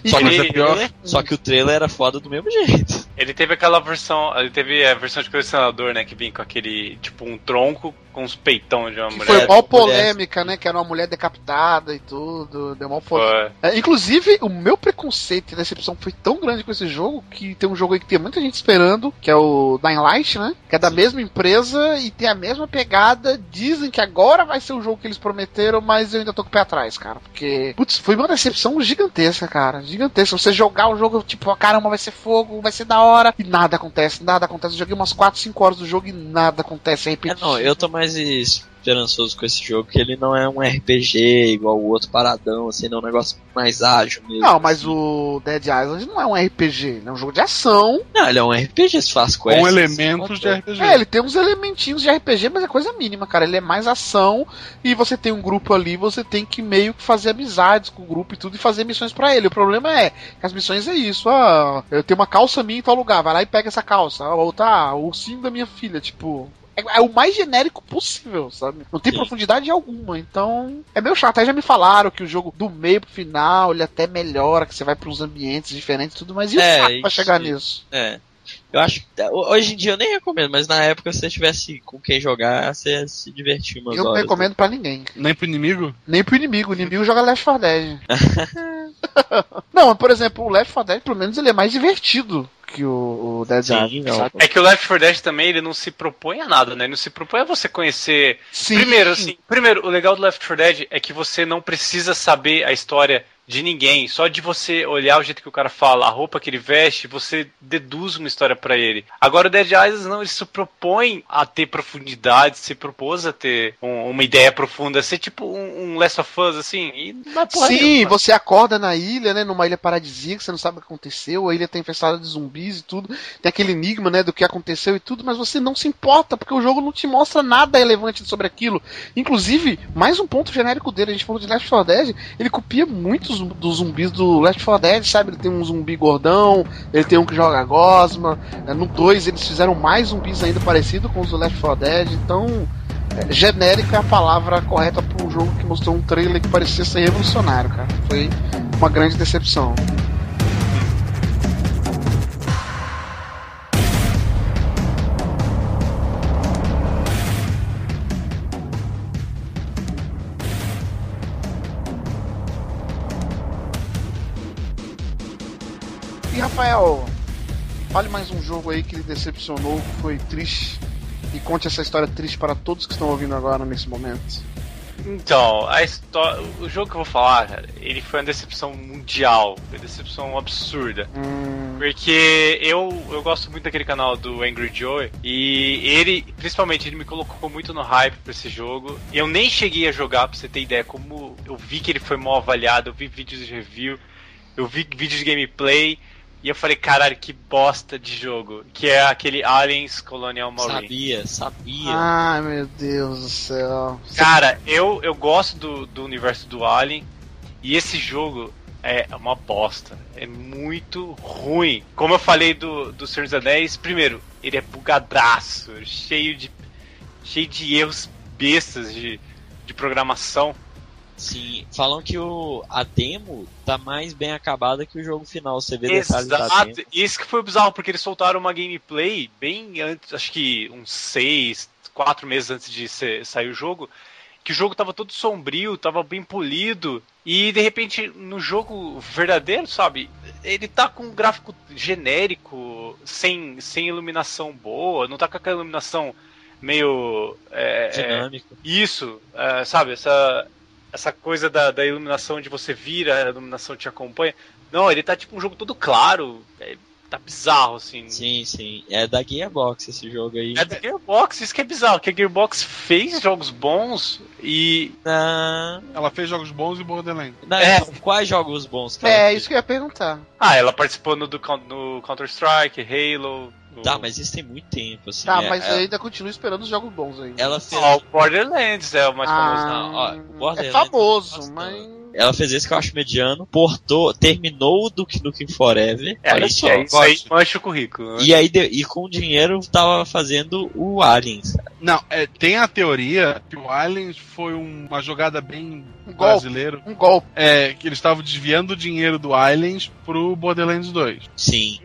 Só que o trailer era foda do mesmo jeito. Ele teve aquela versão. Ele teve a versão de colecionador, né? Que vinha com aquele, tipo, um tronco com os peitão de uma mulher. Foi mó polêmica, né? Que era uma mulher decapitada e tudo. Deu mó polêmica. Inclusive, o meu preconceito e decepção foi tão grande com esse jogo que tem um jogo aí que tem muita gente esperando, que é o Dying Light, né? Que é da mesma empresa e tem a mesma pegada. Dizem que agora vai ser o jogo que eles prometeram, mas eu ainda tô com o pé atrás, cara. Porque, putz, foi uma decepção gigantesca, cara. Gigantesca. Você jogar o jogo, tipo, caramba, vai ser fogo, vai ser da hora. E nada acontece, nada acontece. Eu joguei umas 4, 5 horas do jogo e nada acontece. É repetitivo. Não, eu tô mais esperançoso com esse jogo, que ele não é um RPG igual o outro paradão, assim, não é um negócio mais ágil mesmo. Não, mas o Dead Island não é um RPG, ele é um jogo de ação. Não, ele é um RPG, se faz quests. Com elementos de RPG. Ele tem uns elementinhos de RPG, mas é coisa mínima, cara. Ele é mais ação e você tem um grupo ali, você tem que meio que fazer amizades com o grupo e tudo e fazer missões pra ele. O problema é que as missões é isso, eu tenho uma calça minha em tal lugar, vai lá e pega essa calça. Ou o ursinho da minha filha, tipo... É o mais genérico possível, sabe? Não tem profundidade alguma, então é meio chato. Aí já me falaram que o jogo do meio pro final ele até melhora, que você vai pra uns ambientes diferentes e tudo, mas e o saco pra chegar nisso? Eu acho que hoje em dia eu nem recomendo, mas na época se você tivesse com quem jogar, você ia se divertir umas horas. Eu não recomendo pra ninguém. Nem pro inimigo? Nem pro inimigo. O inimigo joga Left 4 Dead. Não, por exemplo, o Left 4 Dead, pelo menos, ele é mais divertido que o Dead Island. É que o Left 4 Dead também, ele não se propõe a nada, né? Ele não se propõe a você conhecer... Sim. Primeiro, o legal do Left 4 Dead é que você não precisa saber a história de ninguém. Só de você olhar o jeito que o cara fala, a roupa que ele veste, você deduz uma história pra ele. Agora o Dead Island não, ele se propõe a ter profundidade, se propôs a ter uma ideia profunda, ser tipo um Last of Us, assim. E não é porra Sim, nenhuma. você acorda na ilha, né? Numa ilha paradisíaca, você não sabe o que aconteceu, a ilha tá infestada de zumbis e tudo. Tem aquele enigma, né, do que aconteceu e tudo, mas você não se importa, porque o jogo não te mostra nada relevante sobre aquilo. Inclusive, mais um ponto genérico dele, a gente falou de Left 4 Dead, ele copia muitos dos zumbis do Left 4 Dead, sabe? Ele tem um zumbi gordão, ele tem um que joga gosma. No 2 eles fizeram mais zumbis ainda parecido com os do Left 4 Dead, então genérico é a palavra correta para um jogo que mostrou um trailer que parecia ser revolucionário, cara. Foi uma grande decepção. E Rafael, fale mais um jogo aí que lhe decepcionou, que foi triste, e conte essa história triste para todos que estão ouvindo agora nesse momento. Então, o jogo que eu vou falar, cara, ele foi uma decepção mundial, foi uma decepção absurda. Porque eu gosto muito daquele canal do Angry Joe, e ele, principalmente, ele me colocou muito no hype pra esse jogo. Eu nem cheguei a jogar, pra você ter ideia, como eu vi que ele foi mal avaliado, eu vi vídeos de review, eu vi vídeos de gameplay, e eu falei, caralho, que bosta de jogo. Que é aquele Aliens Colonial Marine. Sabia. Ai, meu Deus do céu. Cara, eu gosto do universo do Alien. E esse jogo é uma bosta. É muito ruim. Como eu falei do Senhor dos Anéis, primeiro, ele é bugadaço. Cheio de erros bestas de programação. Sim, falam que a demo tá mais bem acabada que o jogo final. Você vê detalhes da demo. Exato, isso que foi bizarro, porque eles soltaram uma gameplay bem antes, acho que uns 4 meses antes de sair o jogo, que o jogo tava todo sombrio, tava bem polido, e de repente no jogo verdadeiro, sabe, ele tá com um gráfico genérico, sem iluminação boa, não tá com aquela iluminação meio... dinâmica. Isso, sabe, essa coisa da iluminação de você vira, a iluminação te acompanha. Não, ele tá tipo um jogo todo claro. Tá bizarro, assim. Sim. É da Gearbox esse jogo aí. É da Gearbox, isso que é bizarro, que a Gearbox fez jogos bons e... Ela fez jogos bons e Borderlands. Então, quais jogos bons que ela fez? Isso que eu ia perguntar. ela participou no Counter-Strike, Halo... Tá, mas isso tem muito tempo, assim. Tá, mas eu ainda continuo esperando os jogos bons ainda. Ela fez... o Borderlands é o mais famoso. Não, o Borderlands é famoso, mas... Ela fez esse que eu acho mediano, terminou o Duke Nukem Forever. Olha só, isso aí mancha o currículo. Né? E com o dinheiro tava fazendo o Aliens. Não, tem a teoria que o Aliens foi uma jogada bem brasileiro. Um golpe. Que eles estavam desviando o dinheiro do Aliens pro Borderlands 2. Sim.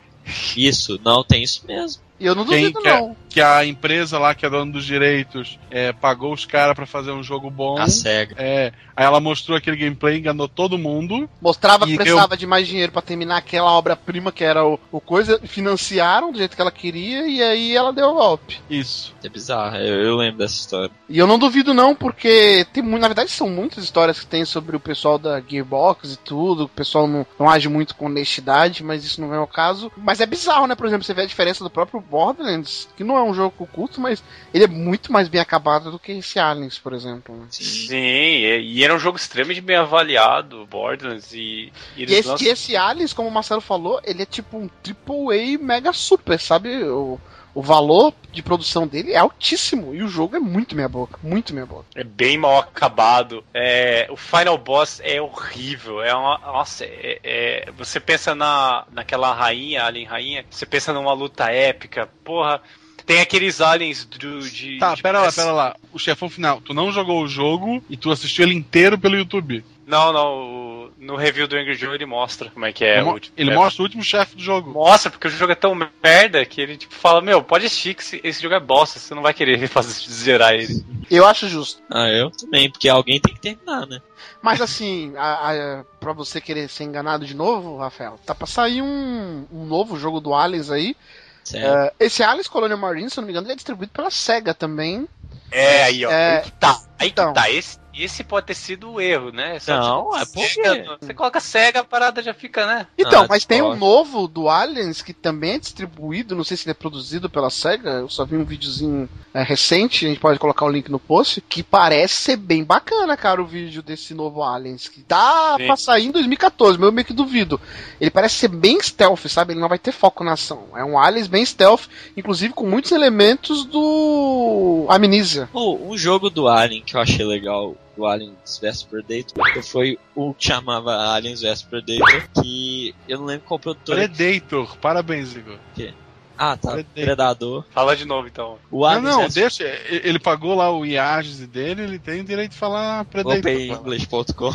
Isso, não, tem isso mesmo. E eu não duvido, não. Que a empresa lá, que é dona dos direitos, pagou os caras pra fazer um jogo bom. A SEGA. Aí ela mostrou aquele gameplay, enganou todo mundo. Mostrava que precisava de mais dinheiro pra terminar aquela obra-prima que era o coisa. Financiaram do jeito que ela queria e aí ela deu o golpe. Isso. É bizarro, eu lembro dessa história. E eu não duvido, não, porque tem na verdade são muitas histórias que tem sobre o pessoal da Gearbox e tudo. O pessoal não age muito com honestidade, mas isso não é o caso. Mas é bizarro, né? Por exemplo, você vê a diferença do próprio Borderlands, que não é um jogo com culto, mas ele é muito mais bem acabado do que esse Aliens, por exemplo. Né? Sim, e era um jogo extremamente bem avaliado, Borderlands, e esse Aliens, como o Marcelo falou, ele é tipo um AAA mega super, sabe? O valor de produção dele é altíssimo e o jogo é muito meia boca, muito meia boca. É bem mal acabado. O Final Boss é horrível. Você pensa naquela rainha, Alien Rainha, você pensa numa luta épica, porra. Tem aqueles aliens pera lá. O chefão final, tu não jogou o jogo e tu assistiu ele inteiro pelo YouTube. Não. No review do Angry Joe ele mostra como é que é. Ele mostra o último chefe do jogo. Mostra, porque o jogo é tão merda que ele tipo fala, pode assistir que esse jogo é bosta, você não vai querer zerar ele. Eu acho justo. Eu também, porque alguém tem que terminar, né? Mas assim, pra você querer ser enganado de novo, Rafael, tá pra sair um novo jogo do Aliens aí. Esse Aliens Colonial Marine, se eu não me engano, ele é distribuído pela SEGA também. Aí que tá. Esse esse pode ter sido o erro, né? Não, é porque... Você coloca cega, a parada já fica, né? Então, mas tem um novo do Aliens que também é distribuído, não sei se ele é produzido pela SEGA, eu só vi um videozinho recente, a gente pode colocar o link no post, que parece ser bem bacana, cara, o vídeo desse novo Aliens, que tá pra sair em 2014, eu meio que duvido. Ele parece ser bem stealth, sabe? Ele não vai ter foco na ação. É um Aliens bem stealth, inclusive com muitos elementos do Amnesia. Um jogo do Alien que eu achei legal, o Aliens vs Predator, que foi o que chamava Aliens vs Predator, que eu não lembro qual produtor. Predator, parabéns, Igor. Ah, tá. Predador. Fala de novo, então. O Aliens deixa. Ele pagou lá o IAGES dele, ele tem o direito de falar Predator. OpenEnglish.com.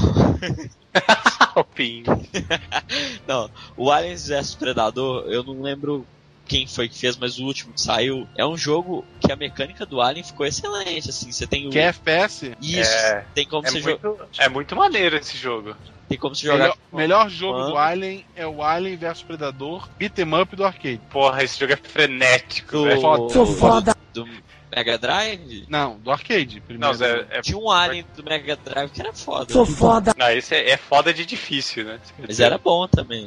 Não, o Aliens vs Predador, eu não lembro quem foi que fez, mas o último que saiu é um jogo que a mecânica do Alien ficou excelente, assim, você tem o... Que é FPS? Isso, tem como você jogar... É muito maneiro esse jogo. Tem como se jogar... Melhor jogo do Alien é o Alien vs Predador Beat'em Up do arcade. Porra, esse jogo é frenético, velho. Sou foda. Do Mega Drive? Não, do arcade. Primeiro. Não, tinha um Alien do Mega Drive que era foda. Sou foda. Não, esse é foda de difícil, né? Mas era bom também.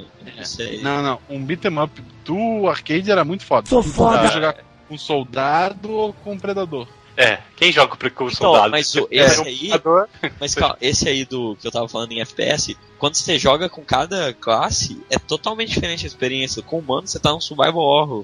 Não. Um Beat'em Up do arcade era muito foda. Sou foda. Podia jogar com um soldado ou com um predador. Quem joga com o soldado? Mas esse aí... Mas calma, esse aí do que eu tava falando em FPS, quando você joga com cada classe, é totalmente diferente a experiência. Com o humano, você tá num survival horror.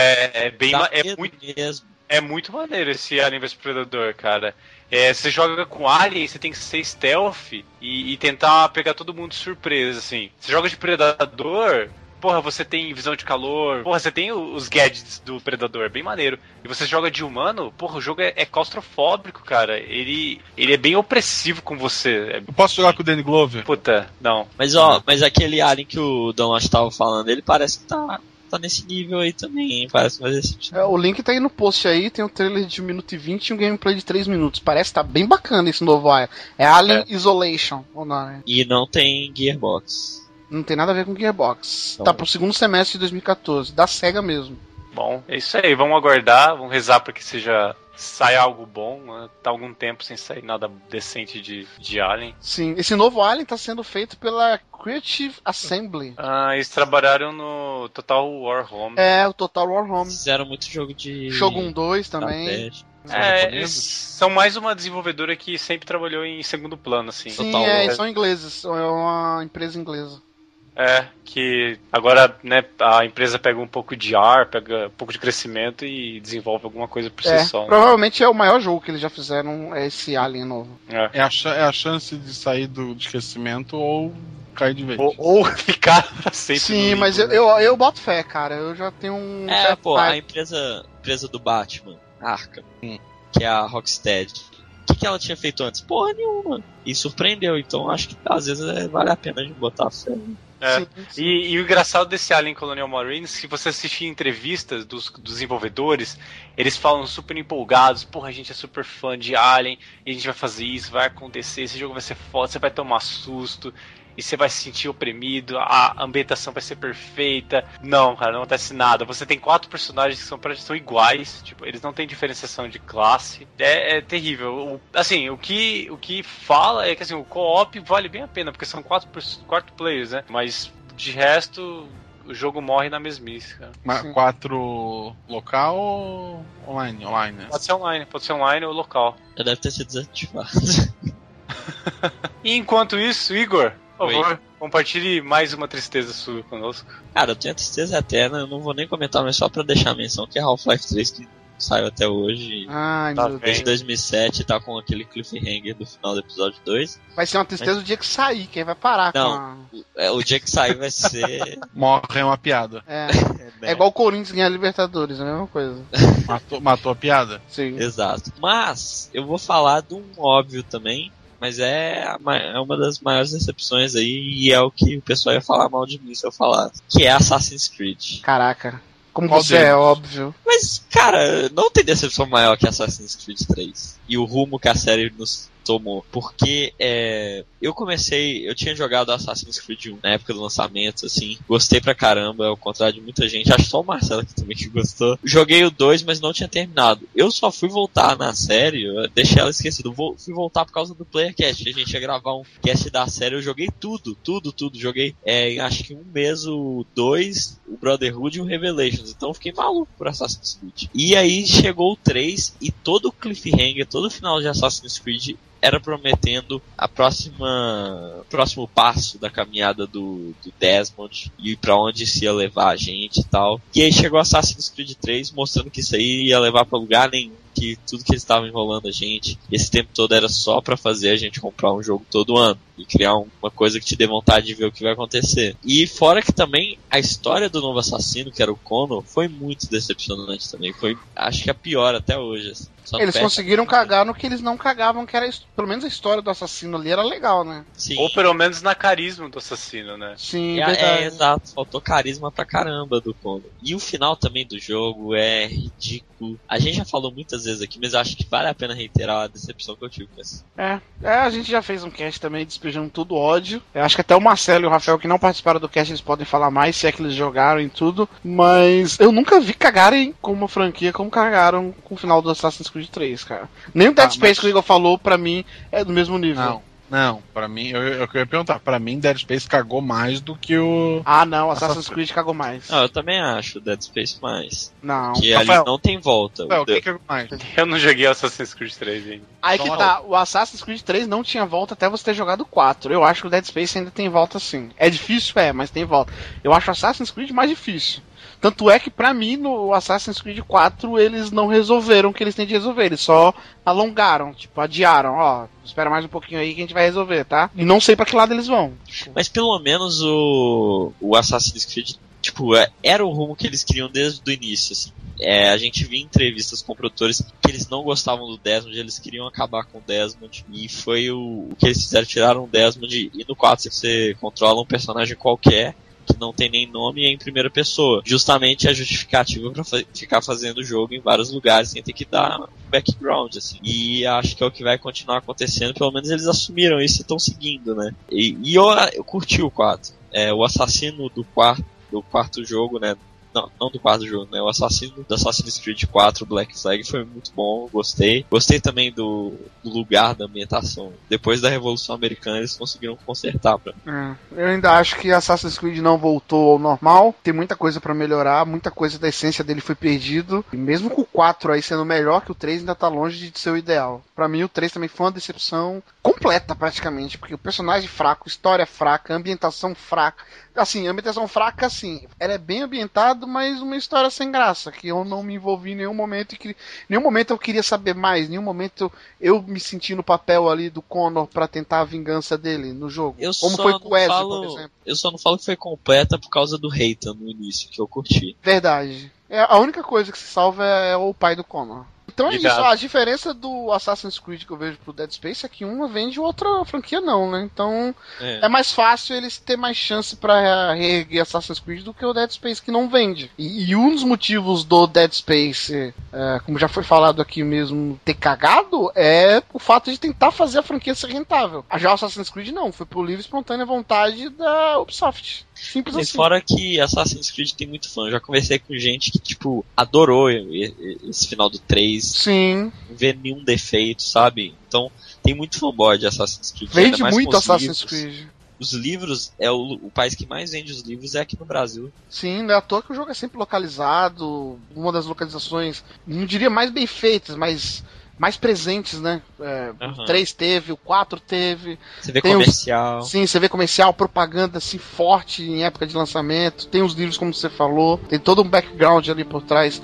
É muito mesmo. É muito maneiro esse Alien vs Predador, cara. Você joga com Alien, você tem que ser stealth e tentar pegar todo mundo de surpresa, assim. Você joga de Predador... Porra, você tem visão de calor. Porra, você tem os gadgets do Predador, bem maneiro. E você joga de humano, porra, o jogo é claustrofóbico, cara. Ele é bem opressivo com você. Eu posso jogar com o Danny Glover? Puta, não. Mas aquele Alien que o Don Lost tava falando, ele parece que tá nesse nível aí também, hein? Parece fazer sentido. O link tá aí no post aí, tem um trailer de 1 minuto e 20 e um gameplay de 3 minutos. Parece que tá bem bacana esse novo Alien. É Alien Isolation, ou não, né? E não tem Gearbox. Não tem nada a ver com Gearbox. Tá pro segundo semestre de 2014, da SEGA mesmo. Bom, é isso aí, vamos aguardar, vamos rezar pra que saia algo bom, né? Tá algum tempo sem sair nada decente de Alien. Sim, esse novo Alien tá sendo feito pela Creative Assembly. Eles trabalharam no Total War Home. O Total War Home. Fizeram muito jogo de... Shogun 2 também. Eles são mais uma desenvolvedora que sempre trabalhou em segundo plano, assim. Sim, são ingleses, é uma empresa inglesa. Que agora, né, a empresa pega um pouco de ar, pega um pouco de crescimento e desenvolve alguma coisa por si só. Provavelmente é o maior jogo que eles já fizeram, é esse Alien novo. É a chance de sair do esquecimento ou cair de vez. Ou ficar pra sempre. Sim, mas eu boto fé, cara. Eu já tenho um... a empresa do Batman, Arkham, que é a Rocksteady. O que ela tinha feito antes? Porra nenhuma. E surpreendeu, então acho que às vezes vale a pena de botar fé. Sim. E o engraçado desse Alien Colonial Marines, se você assistir entrevistas dos desenvolvedores, eles falam super empolgados, porra, a gente é super fã de Alien, e a gente vai fazer isso, vai acontecer, esse jogo vai ser foda, você vai tomar susto, e você vai se sentir oprimido, a ambientação vai ser perfeita. Não, cara, não acontece nada. Você tem 4 personagens que são iguais, tipo, eles não têm diferenciação de classe. É terrível. Assim, o que fala é que assim, o co-op vale bem a pena, porque são 4 players, né? Mas de resto, o jogo morre na mesmice, cara. Mas 4 local ou online? Né? Pode ser online ou local. Já deve ter sido desativado. E enquanto isso, Igor, por favor, compartilhe mais uma tristeza sua conosco. Cara, eu tenho tristeza eterna, eu não vou nem comentar, mas só pra deixar a menção que é Half-Life 3 que saiu até hoje. Ai, tá meu Deus. Desde 2007, tá com aquele cliffhanger do final do episódio 2. Vai ser uma tristeza o dia que sair, que aí vai parar não, o dia que sair vai ser... Morre uma piada. É igual o Corinthians ganhar a Libertadores, é a mesma coisa. Matou a piada? Sim. Exato. Mas, eu vou falar de um óbvio também, mas é uma das maiores decepções aí, e é o que o pessoal ia falar mal de mim se eu falasse, que é Assassin's Creed. Caraca, como Qual você deles? é óbvio. Mas, cara, não tem decepção maior que Assassin's Creed 3. E o rumo que a série nos tomou. Porque eu tinha jogado Assassin's Creed 1 na época do lançamento, assim, gostei pra caramba, ao contrário de muita gente, acho que só o Marcelo que também que gostou. Joguei o 2, mas não tinha terminado. Eu só fui voltar na série, eu deixei ela esquecida, fui voltar por causa do PlayerCast, a gente ia gravar um cast da série, eu joguei tudo, joguei, acho que um mês o 2, o Brotherhood e o Revelations, então eu fiquei maluco por Assassin's Creed. E aí chegou o 3 e todo o cliffhanger, todo o final de Assassin's Creed era prometendo a próximo passo da caminhada do Desmond e pra onde isso ia levar a gente e tal. E aí chegou Assassin's Creed 3 mostrando que isso aí ia levar pra lugar nenhum, que tudo que eles estavam enrolando a gente, esse tempo todo era só pra fazer a gente comprar um jogo todo ano e criar uma coisa que te dê vontade de ver o que vai acontecer. E fora que também a história do novo assassino, que era o Connor, foi muito decepcionante também. Foi, acho que a pior até hoje. Assim. Eles conseguiram cagar no que eles não cagavam, que era pelo menos a história do assassino ali era legal, né? Sim. Ou pelo menos na carisma do assassino, né? Sim, verdade. Exato. Faltou carisma pra caramba do Connor. E o final também do jogo é ridículo. A gente já falou muitas vezes aqui, mas acho que vale a pena reiterar a decepção que eu tive com isso. A gente já fez um cast também despejando todo ódio. Eu acho que até o Marcelo e o Rafael, que não participaram do cast, eles podem falar mais, se é que eles jogaram e tudo. Mas eu nunca vi cagarem com uma franquia como cagaram com o final do Assassin's Creed 3, cara. Nem o Dead Space que o Igor falou, pra mim, é do mesmo nível. Não, pra mim, eu ia perguntar, pra mim Dead Space cagou mais do que o... Ah, não, Assassin's Creed cagou mais. Não, eu também acho o Dead Space mais. Não. Que Rafael, ali não tem volta. O que cagou mais? Eu não joguei Assassin's Creed 3 ainda. Aí que tá, o Assassin's Creed 3 não tinha volta até você ter jogado o 4. Eu acho que o Dead Space ainda tem volta sim. É difícil, mas tem volta. Eu acho o Assassin's Creed mais difícil. Tanto é que pra mim no Assassin's Creed 4 eles não resolveram o que eles têm de resolver, eles só alongaram, tipo, adiaram, ó, espera mais um pouquinho aí que a gente vai resolver, tá? E não sei pra que lado eles vão. Mas pelo menos o Assassin's Creed, tipo, era o rumo que eles queriam desde o início, assim. A gente via em entrevistas com produtores que eles não gostavam do Desmond, eles queriam acabar com o Desmond, e foi o que eles fizeram, tiraram o Desmond, e no 4 você controla um personagem qualquer, que não tem nem nome e é em primeira pessoa. Justamente a justificativa pra ficar fazendo o jogo em vários lugares sem ter que dar background, assim. E acho que é o que vai continuar acontecendo, pelo menos eles assumiram isso e estão seguindo, né? E eu curti o 4. O assassino do quarto jogo, né? Não do quarto jogo, né? O assassino do Assassin's Creed 4, Black Flag, foi muito bom, gostei. Gostei também do lugar, da ambientação. Depois da Revolução Americana, eles conseguiram consertar. Eu ainda acho que Assassin's Creed não voltou ao normal. Tem muita coisa pra melhorar, muita coisa da essência dele foi perdido. E mesmo com o 4 aí sendo melhor que o 3, ainda tá longe de ser o ideal. Pra mim, o 3 também foi uma decepção completa, praticamente. Porque o personagem fraco, história fraca, ambientação fraca. Assim, a ambientação fraca, assim, ela é bem ambientada, mas uma história sem graça, que eu não me envolvi em nenhum momento, e nenhum momento eu queria saber mais, nenhum momento eu me senti no papel ali do Connor pra tentar a vingança dele no jogo. Como foi com o Ezio, por exemplo. Eu só não falo que foi completa por causa do Reitan no início, que eu curti. Verdade. A única coisa que se salva é o pai do Connor. Então é isso, a diferença do Assassin's Creed que eu vejo pro Dead Space é que uma vende e outra franquia não, né? Então é mais fácil eles ter mais chance pra reerguer Assassin's Creed do que o Dead Space que não vende. E um dos motivos do Dead Space, como já foi falado aqui mesmo, ter cagado é o fato de tentar fazer a franquia ser rentável. Já o Assassin's Creed não, foi por livre e espontânea vontade da Ubisoft. Simples assim. E fora que Assassin's Creed tem muito fã. Eu já conversei com gente que, tipo, adorou esse final do 3. Sim. Não vê nenhum defeito, sabe? Então, tem muito fanboy de Assassin's Creed. Vende muito Assassin's Creed. Os livros, o país que mais vende os livros é aqui no Brasil. Sim, não é à toa que o jogo é sempre localizado. Uma das localizações, não diria mais bem feitas, mas mais presentes, né? O 3 teve, o 4 teve. Você vê comercial. Sim, você vê comercial, propaganda assim forte em época de lançamento. Tem os livros, como você falou. Tem todo um background ali por trás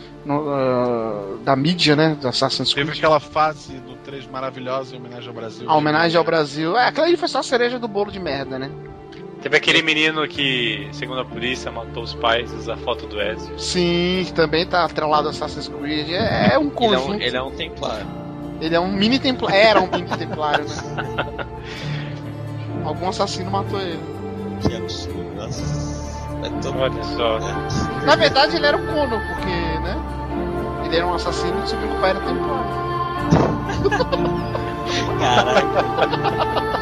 da mídia, né? Do Assassin's Creed. Teve aquela fase do 3 maravilhosa em homenagem ao Brasil. A homenagem ao Brasil. Aquela ali foi só a cereja do bolo de merda, né? Teve aquele menino que, segundo a polícia, matou os pais e usa a foto do Ezio. Sim, também tá atrelado ao Assassin's Creed. É um conjunto. Ele é um templário. Ele é um mini templário. Era um mini templário, né? Algum assassino matou ele. Que absurdo, nossa. Olha só, né? Na verdade, ele era o Connor, porque, né? Ele era um assassino e descobriu que o pai era templário. Caralho.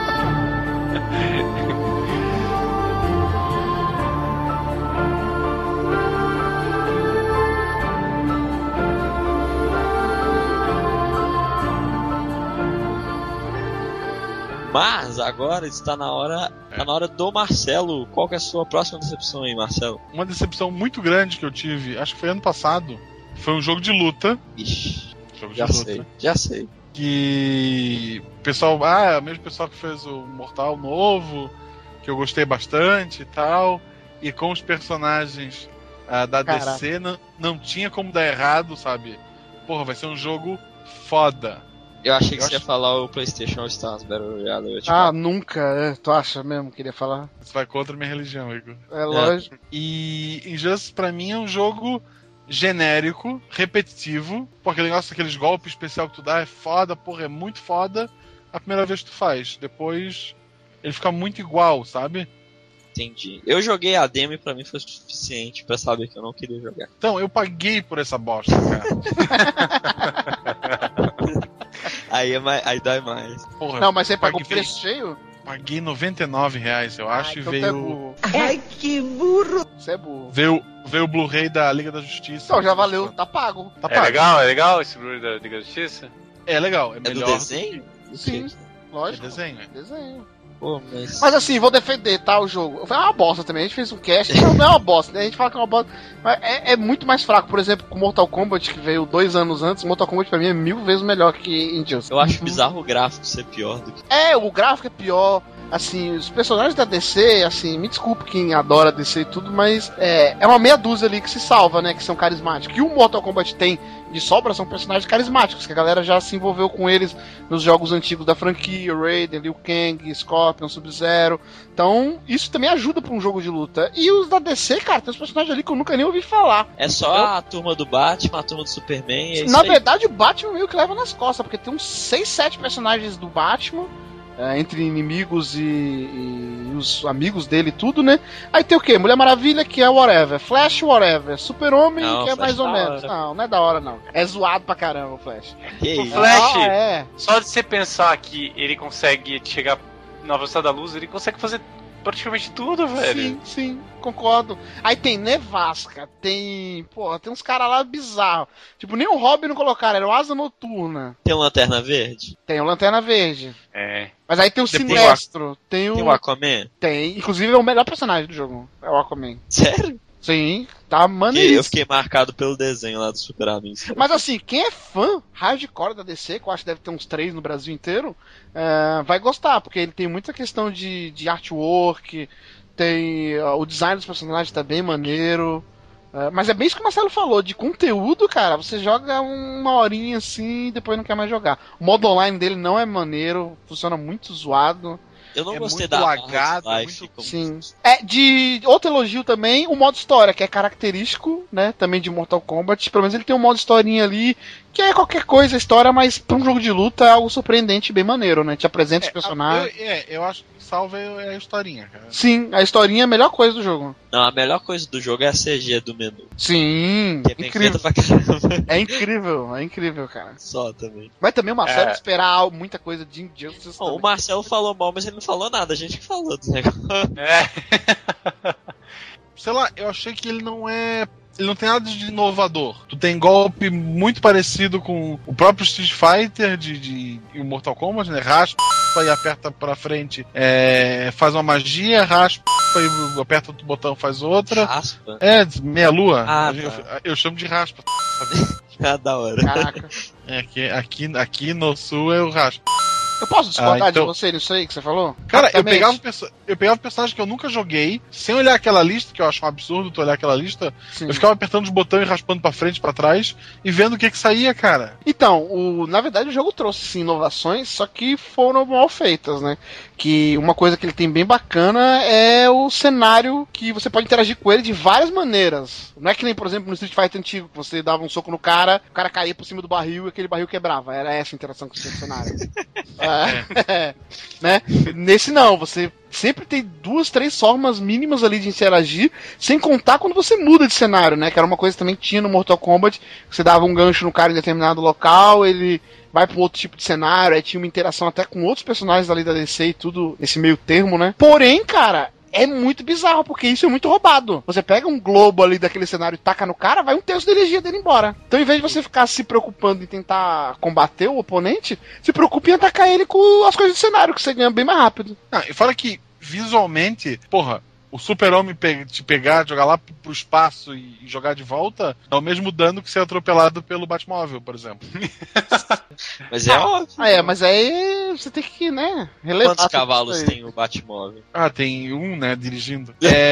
Mas agora está na hora, tá na hora do Marcelo. Qual que é a sua próxima decepção aí, Marcelo? Uma decepção muito grande que eu tive, acho que foi ano passado, foi um jogo de luta. Ixi, Jogo de já luta. sei, já sei. Que o pessoal, é o mesmo pessoal que fez o Mortal novo, que eu gostei bastante e tal, e com os personagens da DC não tinha como dar errado, sabe? Porra, vai ser um jogo foda. Eu achei que você ia falar o PlayStation All Stars Battle Royale. Nunca, tu acha mesmo que ele ia falar? Isso vai contra a minha religião, Igor. É lógico. E Injustice pra mim é um jogo genérico, repetitivo, porque o negócio daqueles golpes especial que tu dá é foda, porra, é muito foda a primeira vez que tu faz. Depois ele fica muito igual, sabe? Entendi. Eu joguei a demo e pra mim foi suficiente pra saber que eu não queria jogar. Então, eu paguei por essa bosta, cara. Aí dói mais. Porra, Não, mas você pagou o preço cheio? Paguei R$99, eu acho, então e tu é veio... burro. Ai, que burro! Você é burro. Veio o Blu-ray da Liga da Justiça. Então, já valeu, tá pago. Tá É pago. legal esse Blu-ray da Liga da Justiça? É legal, é É do melhor. desenho? Sim, É lógico. desenho, é. Desenho. Pô, mas... Mas assim, vou defender, tá, o jogo. Foi uma bosta também, a gente fez um cast, não é uma bosta, né? A gente fala que é uma bosta, mas é muito mais fraco. Por exemplo, com Mortal Kombat, que veio 2 anos antes, Mortal Kombat pra mim é 1000 vezes melhor que Injustice. Eu acho bizarro o gráfico ser pior do que... O gráfico é pior, assim, os personagens da DC, assim, me desculpe quem adora DC e tudo, mas é uma meia dúzia ali que se salva, né, que são carismáticos. E o Mortal Kombat tem de sobra são personagens carismáticos, que a galera já se envolveu com eles nos jogos antigos da franquia, Raiden, Liu Kang, Scorpion, Sub-Zero. Então, isso também ajuda pra um jogo de luta. E os da DC, cara, tem uns personagens ali que eu nunca nem ouvi falar. É só a turma do Batman, a turma do Superman, é isso Na aí. verdade, o Batman meio que leva nas costas, porque tem uns 6, 7 personagens do Batman, entre inimigos e os amigos dele e tudo, né? Aí tem o quê? Mulher Maravilha, que é whatever. Flash, whatever. Super-Homem, Não, que é Flash mais ou da menos. hora. Não é da hora, não. É zoado pra caramba o Flash. Que O isso? Flash, só de você pensar que ele consegue chegar na velocidade da luz, ele consegue fazer praticamente tudo, velho. Sim, concordo. Aí tem Nevasca, tem uns caras lá bizarros. Tipo, nem o Robin não colocaram, era o Asa Noturna. Tem uma Lanterna Verde? Tem o Lanterna Verde. É. Mas aí tem o Depois Sinestro, tem Tem o Aquaman? Tem, inclusive é o melhor personagem do jogo, é o Aquaman. Sério? Sim, tá Eu maneiríssimo. fiquei marcado pelo desenho lá do Super Amigos. Mas assim, quem é fã hardcore da DC, que eu acho que deve ter uns 3 no Brasil inteiro, vai gostar, porque ele tem muita questão de artwork, tem o design dos personagens tá bem maneiro. Mas é bem isso que o Marcelo falou, de conteúdo, cara, você joga uma horinha assim e depois não quer mais jogar. O modo online dele não é maneiro, funciona muito zoado. Eu não É gostei muito da lagado, barra de life, muito- como- Sim. De outro elogio também, o modo história, que é característico, né, também de Mortal Kombat. Pelo menos ele tem um modo historinha ali, que é qualquer coisa, história, mas pra um jogo de luta é algo surpreendente e bem maneiro, né? Te apresenta os personagens. Eu acho que salva é a historinha, cara. Sim, a historinha é a melhor coisa do jogo. Não, a melhor coisa do jogo é a CG do menu. Sim, Que é bem incrível. feita pra caramba. É incrível, cara. Só também. Mas também o Marcelo esperar muita coisa de Injustice. Bom, o também. Marcelo falou mal, mas ele não falou nada. A gente que falou do negócio. É. Sei lá, eu achei que ele não tem nada de inovador. Tu tem golpe muito parecido com o próprio Street Fighter de o Mortal Kombat, né? Raspa e aperta pra frente, faz uma magia, raspa e aperta outro botão, faz outra. Raspa. Meia lua. Ah, eu chamo de raspa, sabe? Ah, da hora. Caraca. Aqui no sul é o raspa. Eu posso discordar então- de você nisso aí que você falou? Cara, eu Rapidamente. pegava personagem que eu nunca joguei, sem olhar aquela lista, que eu acho um absurdo tu olhar aquela lista. Sim. Eu ficava apertando os botões e raspando pra frente e pra trás e vendo o que saía, cara. Então, na verdade o jogo trouxe sim inovações, só que foram mal feitas, né? Que uma coisa que ele tem bem bacana é o cenário que você pode interagir com ele de várias maneiras. Não é que nem, por exemplo, no Street Fighter antigo, que você dava um soco no cara, o cara caía por cima do barril e aquele barril quebrava. Era essa a interação que você tinha com o cenário. Né? Nesse não, você sempre tem 2, 3 formas mínimas ali de interagir, sem contar quando você muda de cenário, né? Que era uma coisa que também tinha no Mortal Kombat, que você dava um gancho no cara em determinado local, ele vai pra um outro tipo de cenário, aí tinha uma interação até com outros personagens ali da DC e tudo, nesse meio termo, né? Porém, cara, é muito bizarro, porque isso é muito roubado. Você pega um globo ali daquele cenário e taca no cara, vai 1/3 da energia dele embora. Então, em vez de você ficar se preocupando em tentar combater o oponente, se preocupe em atacar ele com as coisas do cenário, que você ganha bem mais rápido. E fora que, visualmente, porra, o super-homem te pegar, jogar lá pro espaço e jogar de volta, é o mesmo dano que ser atropelado pelo Batmóvel, por exemplo. Mas é óbvio. Mas aí você tem que, né, relevar. Quantos cavalos tem o Batmóvel? Tem um, né, dirigindo.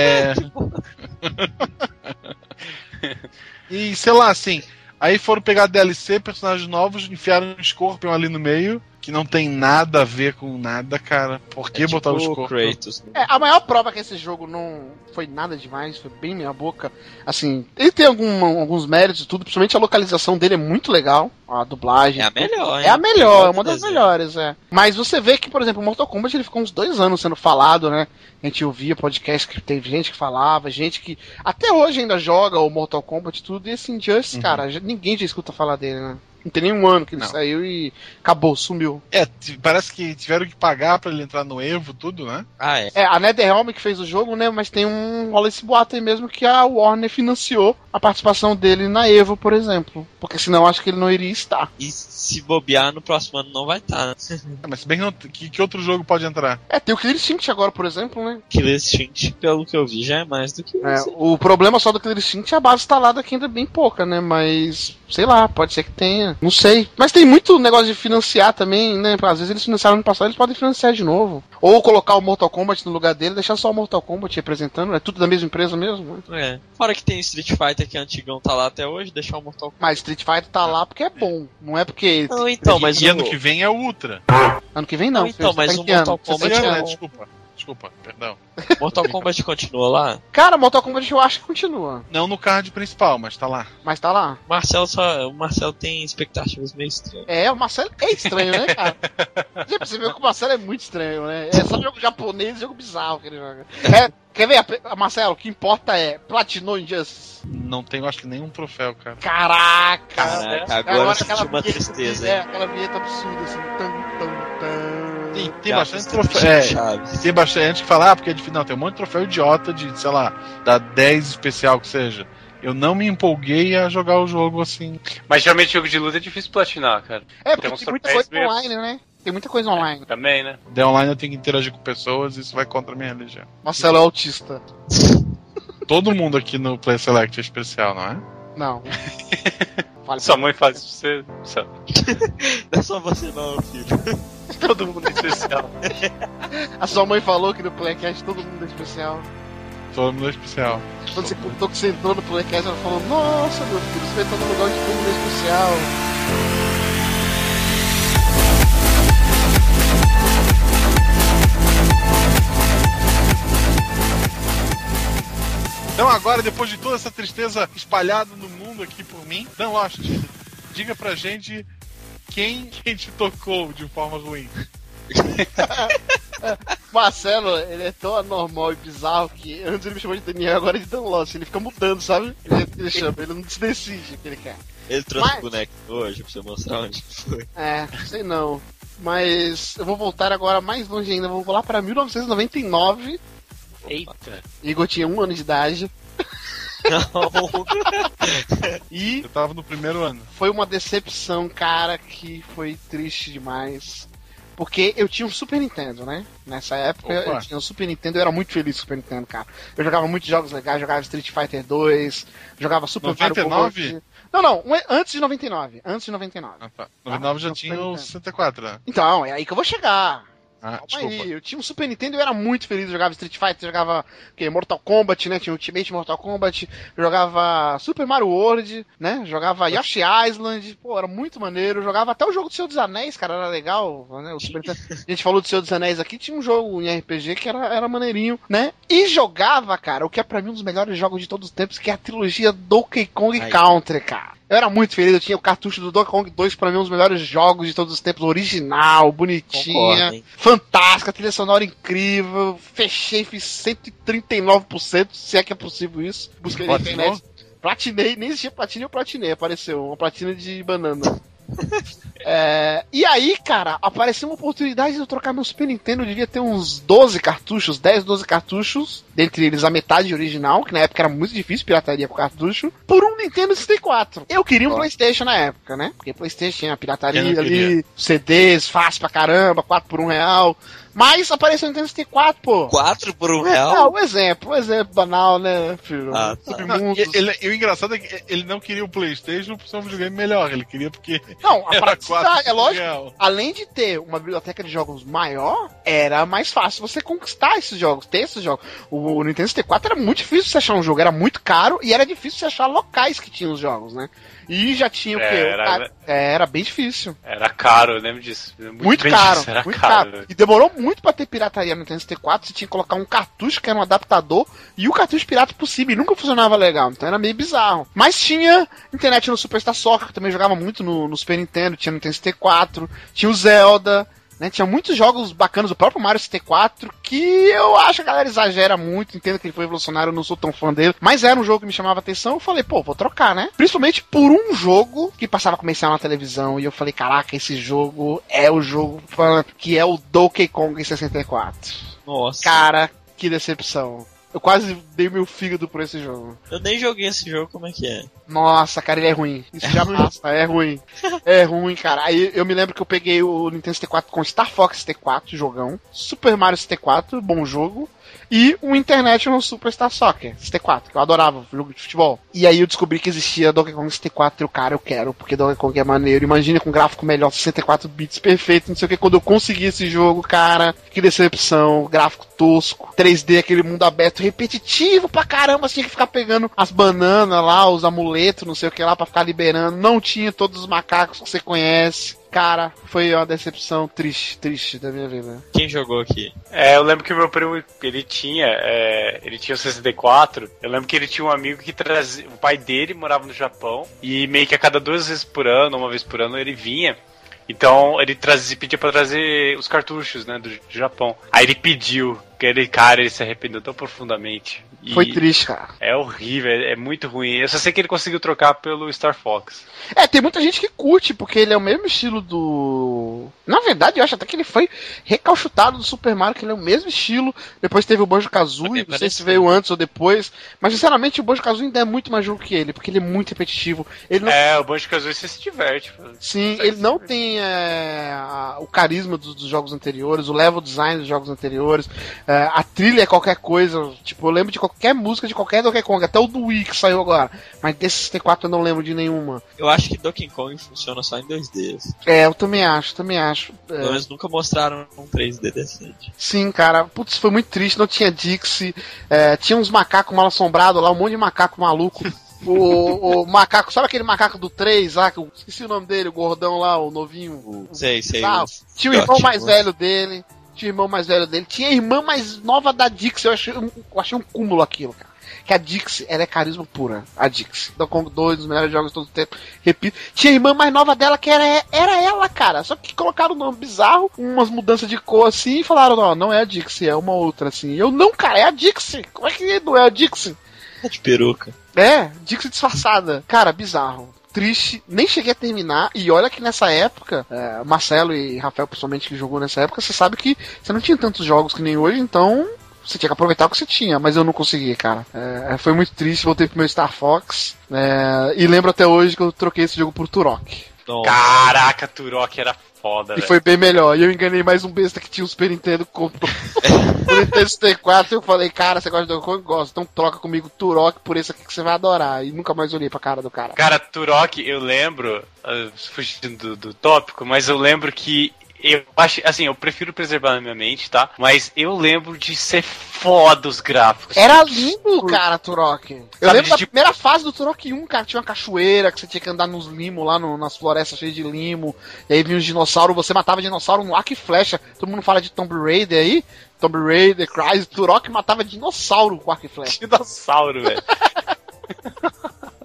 E, sei lá, assim, aí foram pegar DLC, personagens novos, enfiaram um Scorpion ali no meio, que não tem nada a ver com nada, cara. Por que botar o Scorpion? Kratos, né? A maior prova que esse jogo não foi nada demais, foi bem meia boca. Assim, ele tem alguns méritos e tudo, principalmente a localização dele é muito legal, a dublagem. É a melhor, hein? É a melhor, é uma das melhores, é. Mas você vê que, por exemplo, o Mortal Kombat ele ficou uns 2 anos sendo falado, né? A gente ouvia podcast que teve gente que falava, gente que até hoje ainda joga o Mortal Kombat e tudo, e esse Injustice, cara, ninguém já escuta falar dele, né? Não tem nem um ano que ele saiu e acabou, sumiu. Parece que tiveram que pagar pra ele entrar no Evo, tudo, né? A NetherRealm que fez o jogo, né? Mas tem rola esse boato aí mesmo que a Warner financiou a participação dele na Evo, por exemplo. Porque senão acho que ele não iria estar. E se bobear, no próximo ano não vai estar, né? Mas se bem que outro jogo pode entrar? Tem o Killer Instinct agora, por exemplo, né? Killer Instinct, pelo que eu vi, já é mais do que isso. O problema só do Killer Instinct é a base instalada que ainda é bem pouca, né? Mas, sei lá, pode ser que tenha. Não sei. Mas tem muito negócio de financiar também, né? Às vezes eles financiaram no passado, eles podem financiar de novo. Ou colocar o Mortal Kombat no lugar dele, deixar só o Mortal Kombat representando. É tudo da mesma empresa mesmo, né? Fora que tem Street Fighter que é antigão, tá lá até hoje, deixar o Mortal Kombat. Mas Street Fighter tá lá porque é bom. Não é porque... Não, então, mas E ano que vem é o Ultra. Ano que vem não. Então, mas o Mortal Kombat Desculpa, perdão. Mortal Kombat continua lá? Cara, Mortal Kombat eu acho que continua. Não no card principal, mas tá lá. Mas tá lá. O Marcelo tem expectativas meio estranhas. O Marcelo é estranho, né, cara? Já percebeu que o Marcelo é muito estranho, né? É só jogo japonês e jogo bizarro que ele joga. Quer ver, Marcelo, o que importa é platinou Injustice? Não tenho, acho que nenhum troféu, cara. Caraca, agora eu senti uma tristeza, hein? Aquela vinheta absurda, assim, Tem bastante troféu. Tem bastante que falar, porque é difícil. Não, tem um monte de troféu idiota de, sei lá, da 10 especial que seja. Eu não me empolguei a jogar o jogo assim. Mas geralmente jogo de luta é difícil platinar, cara. Porque tem muita coisa online, né? Tem muita coisa online. Também, né? The online eu tenho que interagir com pessoas e isso vai contra a minha religião. Marcelo é autista. Todo mundo aqui no Play Select é especial, não é? Não. Sua mãe faz isso pra você. Não é só você não, filho. Todo mundo é especial. A sua mãe falou que no Playcast todo mundo é especial. Todo mundo é especial. Quando você contou que você entrou no Playcast, ela falou: nossa, meu filho, você vai estar no lugar onde todo mundo é especial. Então agora, depois de toda essa tristeza espalhada no mundo aqui por mim, Dan Lost, diga pra gente quem te tocou de forma ruim. Marcelo, ele é tão anormal e bizarro que antes ele me chamou de Daniel, agora é de Dan Lost. Ele fica mudando, sabe? Ele chama, ele não se decide o que ele quer. Ele trouxe o boneco hoje pra você mostrar onde foi. Sei não. Mas eu vou voltar agora mais longe ainda, vou lá pra 1999. Eita. Igor tinha 1 ano de idade. Não. E eu tava no primeiro ano. Foi uma decepção, cara, que foi triste demais. Porque eu tinha um Super Nintendo, né? Nessa época eu tinha um Super Nintendo, eu era muito feliz com o Super Nintendo, cara. Eu jogava muitos jogos legais, jogava Street Fighter 2, jogava Super 99? Não, antes de 99. Antes de 99. Ah, tá. 99 já tinha o 64, né? Então, é aí que eu vou chegar. Calma aí, eu tinha um Super Nintendo e eu era muito feliz. Eu jogava Street Fighter, jogava Mortal Kombat, né? Tinha Ultimate Mortal Kombat, jogava Super Mario World, né? Jogava Yoshi Island, pô, era muito maneiro. Eu jogava até o jogo do Senhor dos Anéis, cara, era legal, né? O Super Nintendo. A gente falou do Senhor dos Anéis aqui, tinha um jogo em RPG que era maneirinho, né? E jogava, cara, o que é pra mim um dos melhores jogos de todos os tempos, que é a trilogia Donkey Kong Country, cara. Eu era muito feliz, eu tinha o cartucho do Donkey Kong 2, pra mim, um dos melhores jogos de todos os tempos, original, bonitinha, Concordo, fantástica, trilha sonora incrível, fechei, fiz 139%, se é que é possível isso, busquei na internet, platinei, nem existia platina, eu platinei, apareceu uma platina de banana. E aí, cara, apareceu uma oportunidade de eu trocar meu Super Nintendo. Eu devia ter uns 12 cartuchos, 10, 12 cartuchos, dentre eles a metade original, que na época era muito difícil, pirataria com cartucho, por um Nintendo 64. Eu queria um PlayStation na época, né? Porque PlayStation tinha pirataria ali, CDs, fácil pra caramba, 4 por R$1. Mas apareceu o Nintendo 64, pô. 4 por R$1? Ah, um exemplo banal, né, filho? Tá. E o engraçado é que ele não queria o PlayStation por ser um videogame melhor, ele queria porque. Não, a era praticidade, é lógico. real. Além de ter uma biblioteca de jogos maior, era mais fácil você conquistar esses jogos, ter esses jogos. O Nintendo 64 era muito difícil você achar um jogo, era muito caro e era difícil você achar locais que tinham os jogos, né? E já tinha o quê? Era bem difícil. Era caro, eu lembro disso. Muito caro, muito caro. E demorou muito pra ter pirataria no Nintendo 64. Você tinha que colocar um cartucho que era um adaptador e o cartucho pirata possível. E nunca funcionava legal, então era meio bizarro. Mas tinha internet no Superstar Soccer, que também jogava muito no Super Nintendo. Tinha no Nintendo 64, tinha o Zelda, né? Tinha muitos jogos bacanas, o próprio Mario 64, que eu acho que a galera exagera muito, entendo que ele foi revolucionário, eu não sou tão fã dele, mas era um jogo que me chamava atenção, eu falei, pô, vou trocar, né? Principalmente por um jogo que passava comercial na televisão, e eu falei, caraca, esse jogo é o jogo que é o Donkey Kong 64. Nossa. Cara, que decepção. Eu quase dei meu fígado por esse jogo. Eu nem joguei esse jogo, como é que é? Nossa, cara, ele é ruim. Isso já passa, é ruim. É ruim, cara. Aí eu me lembro que eu peguei o Nintendo 64 com Star Fox 64, jogão. Super Mario 64, bom jogo. E o International Superstar Soccer 64, que eu adorava, jogo de futebol. E aí eu descobri que existia Donkey Kong 64 e o cara, eu quero, porque Donkey Kong é maneiro. Imagina com gráfico melhor, 64 bits, perfeito, não sei o que. Quando eu consegui esse jogo, cara, que decepção, gráfico tosco, 3D, aquele mundo aberto, repetitivo pra caramba, você tinha que ficar pegando as bananas lá, os amuletos, não sei o que lá, pra ficar liberando. Não tinha todos os macacos que você conhece. Cara, foi uma decepção triste da minha vida. Quem jogou aqui? Eu lembro que o meu primo, ele tinha o 64, eu lembro que ele tinha um amigo que trazia, o pai dele morava no Japão, e meio que a cada 2 vezes por ano, uma vez por ano, ele vinha. Então ele pedia pra trazer os cartuchos, né, do Japão. Aí ele pediu, aquele cara, ele se arrependeu tão profundamente. Foi triste, cara. É horrível, é muito ruim. Eu só sei que ele conseguiu trocar pelo Star Fox. Tem muita gente que curte, porque ele é o mesmo estilo do... Na verdade, eu acho até que ele foi recalchutado do Super Mario, que ele é o mesmo estilo. Depois teve o Banjo-Kazooie, não sei se veio antes ou depois. Mas, sinceramente, o Banjo-Kazooie ainda é muito mais jogo que ele, porque ele é muito repetitivo. Ele não... o Banjo-Kazooie você se diverte. Sim, ele não tem o carisma dos jogos anteriores, o level design dos jogos anteriores. A trilha é qualquer coisa. Tipo, eu lembro de qualquer música de qualquer Donkey Kong, até o do Wii que saiu agora. Mas desse 64 eu não lembro de nenhuma. Eu acho que Donkey Kong funciona só em 2D. Eu também acho. Eles nunca mostraram um 3D decente. Sim, cara. Putz, foi muito triste. Não tinha Dixie. Tinha uns macacos mal assombrados lá, um monte de macaco maluco. O macaco, sabe aquele macaco do 3 lá, que eu esqueci o nome dele, o gordão lá, o novinho. Sei. Tinha o irmão mais velho dele. Tinha a irmã mais nova da Dixie. Eu achei um cúmulo aquilo, cara. Que a Dixie, ela é carisma pura. A Dixie. Donkey Kong 2, dos melhores jogos de todo o tempo. Repito. Tinha a irmã mais nova dela, que era ela, cara. Só que colocaram um nome bizarro, umas mudanças de cor assim, e falaram, não é a Dixie, é uma outra assim. E eu, não, cara, é a Dixie. Como é que não é a Dixie? É de peruca. Dixie disfarçada. Cara, bizarro. Triste, nem cheguei a terminar, e olha que nessa época, Marcelo e Rafael, principalmente, que jogou nessa época, você sabe que você não tinha tantos jogos que nem hoje, então você tinha que aproveitar o que você tinha, mas eu não consegui, cara. Foi muito triste, voltei pro meu Star Fox, e lembro até hoje que eu troquei esse jogo por Turok. Nossa. Caraca, Turok era foda, E foi bem melhor, e eu enganei mais um besta que tinha o Super Nintendo, comprou o Nintendo 64, eu falei, cara, você gosta de Donkey Kong? Gosto, então troca comigo Turok por esse aqui que você vai adorar, e nunca mais olhei pra cara do cara. Cara, Turok, eu lembro, fugindo do tópico, mas eu lembro que eu acho, assim, eu prefiro preservar na minha mente, tá? Mas eu lembro de ser foda os gráficos. Era lindo, cara, Turok. Eu lembro da primeira fase do Turok 1, cara, tinha uma cachoeira que você tinha que andar nos limos lá, nas florestas cheias de limo, e aí vinha os dinossauros, você matava dinossauro no arco e flecha. Todo mundo fala de Tomb Raider aí? Tomb Raider, Crysis, Turok matava dinossauro com arco e flecha. Dinossauro, velho.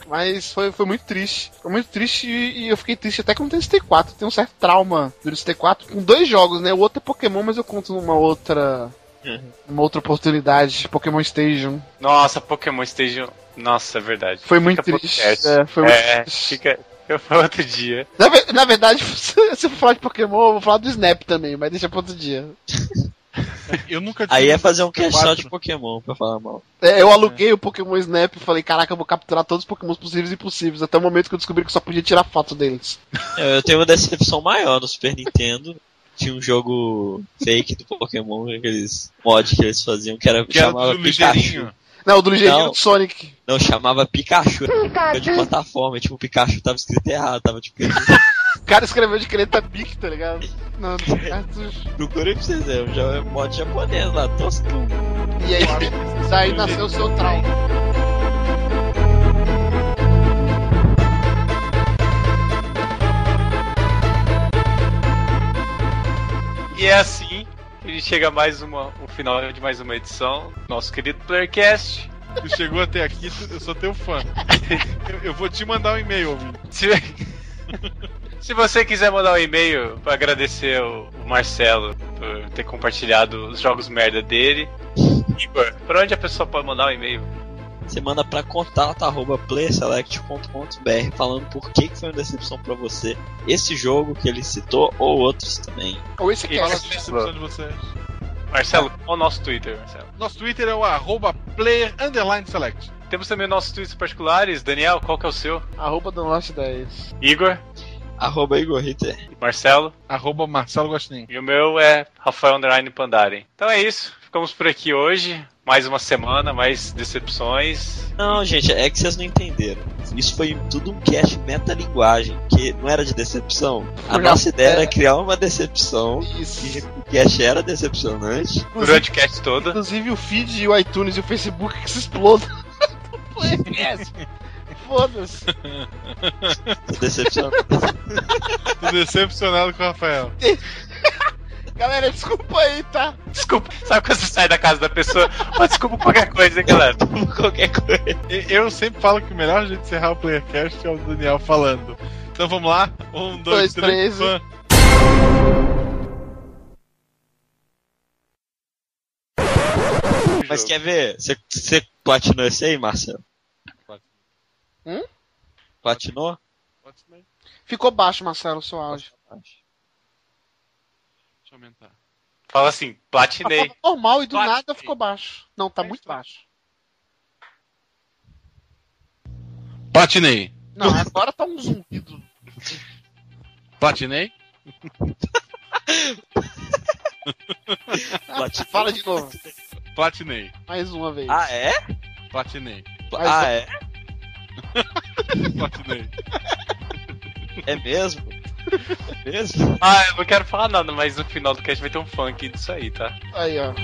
Mas foi muito triste. Foi muito triste e eu fiquei triste até que não tem ST4. Tem um certo trauma do ST4 com 2 jogos, né? O outro é Pokémon, mas eu conto numa outra oportunidade. Pokémon Stadium. Nossa, Pokémon Stadium. Nossa, é verdade. Foi muito triste. Foi muito triste. Fica... Eu falo outro dia. Na verdade, se eu for falar de Pokémon, eu vou falar do Snap também, mas deixa pra outro dia. Eu nunca tive Aí é fazer um cast só de Pokémon pra falar mal. Eu aluguei o Pokémon Snap e falei, caraca, eu vou capturar todos os Pokémons possíveis e impossíveis, até o momento que eu descobri que só podia tirar foto deles. Eu tenho uma decepção maior no Super Nintendo. Tinha um jogo fake do Pokémon, aqueles mods que eles faziam, que chamava do Pikachu. ligeirinho. Não, o do ligeirinho do Sonic. Não, chamava Pikachu. De plataforma, tipo, o Pikachu tava escrito errado, tava tipo... O cara escreveu de caneta Bic, tá ligado? Não, Procurei pra vocês verem, já é mod japonês lá, toscão. E aí, daí nasceu o seu trauma. E é assim que a gente chega a o final de mais uma edição do nosso querido Playercast. Tu chegou até aqui, eu sou teu fã. Eu vou te mandar um e-mail, ouvinte. Se você quiser mandar um e-mail pra agradecer o Marcelo por ter compartilhado os jogos merda dele, Igor, pra onde a pessoa pode mandar um e-mail? Você manda pra contato@playerselect.com.br falando por que foi uma decepção pra você esse jogo que ele citou ou outros também. Ou esse Fala a cast. decepção de vocês. Marcelo, qual é o nosso Twitter, Marcelo? Nosso Twitter é o @player_select. Temos também nossos tweets particulares. Daniel, qual que é o seu? @Donlost10. Igor, Igor Ritter. Marcelo, Marcelo Gostin. e o meu é Rafael_Pandaren. Então é isso, ficamos por aqui hoje. Mais uma semana, mais decepções. Não, gente, é que vocês não entenderam. Isso foi tudo um cast metalinguagem, que não era de decepção. A nossa ideia era criar uma decepção. Isso. E o cast era decepcionante. Durante o cast todo. Inclusive o feed e o iTunes e o Facebook que se explodam. Foda-se. Tô decepcionado com o Rafael. Galera, desculpa aí, tá? Desculpa, sabe quando você sai da casa da pessoa? Oh, desculpa qualquer coisa, hein, galera? Qualquer coisa. Eu sempre falo que o melhor jeito de encerrar o Playercast é o Daniel falando. Então vamos lá? 1, 2, 3. Mas quer ver? Você platinou esse aí, Marcelo? Platinou? Ficou baixo, Marcelo, o seu áudio. Deixa eu aumentar. Fala assim, platinei. Normal e do Platinei. nada ficou baixo. Não, tá muito baixo. Platinei. Não, agora tá um zumbido. Platinei? Fala de novo. Platinei. Mais uma vez. Ah, é? Platinei. É? Platinei. É mesmo? Mesmo? Ah, eu não quero falar nada, mas no final do cast vai ter um funk disso aí, tá? Aí, ó.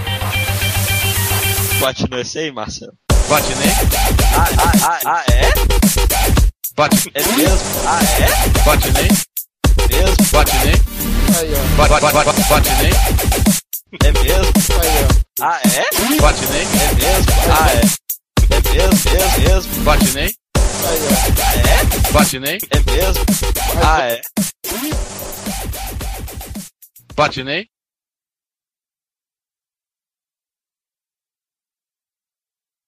Platinou esse aí, Marcelo? Platinei? É? Platinei. É mesmo? É? Platinei? Mesmo? Platinei? Aí, ó. Platinei? É mesmo? Aí, ó. É? Platinei? É mesmo? É mesmo? Platinei? Aí, ó. É? Platinei? É mesmo? É? Platinei?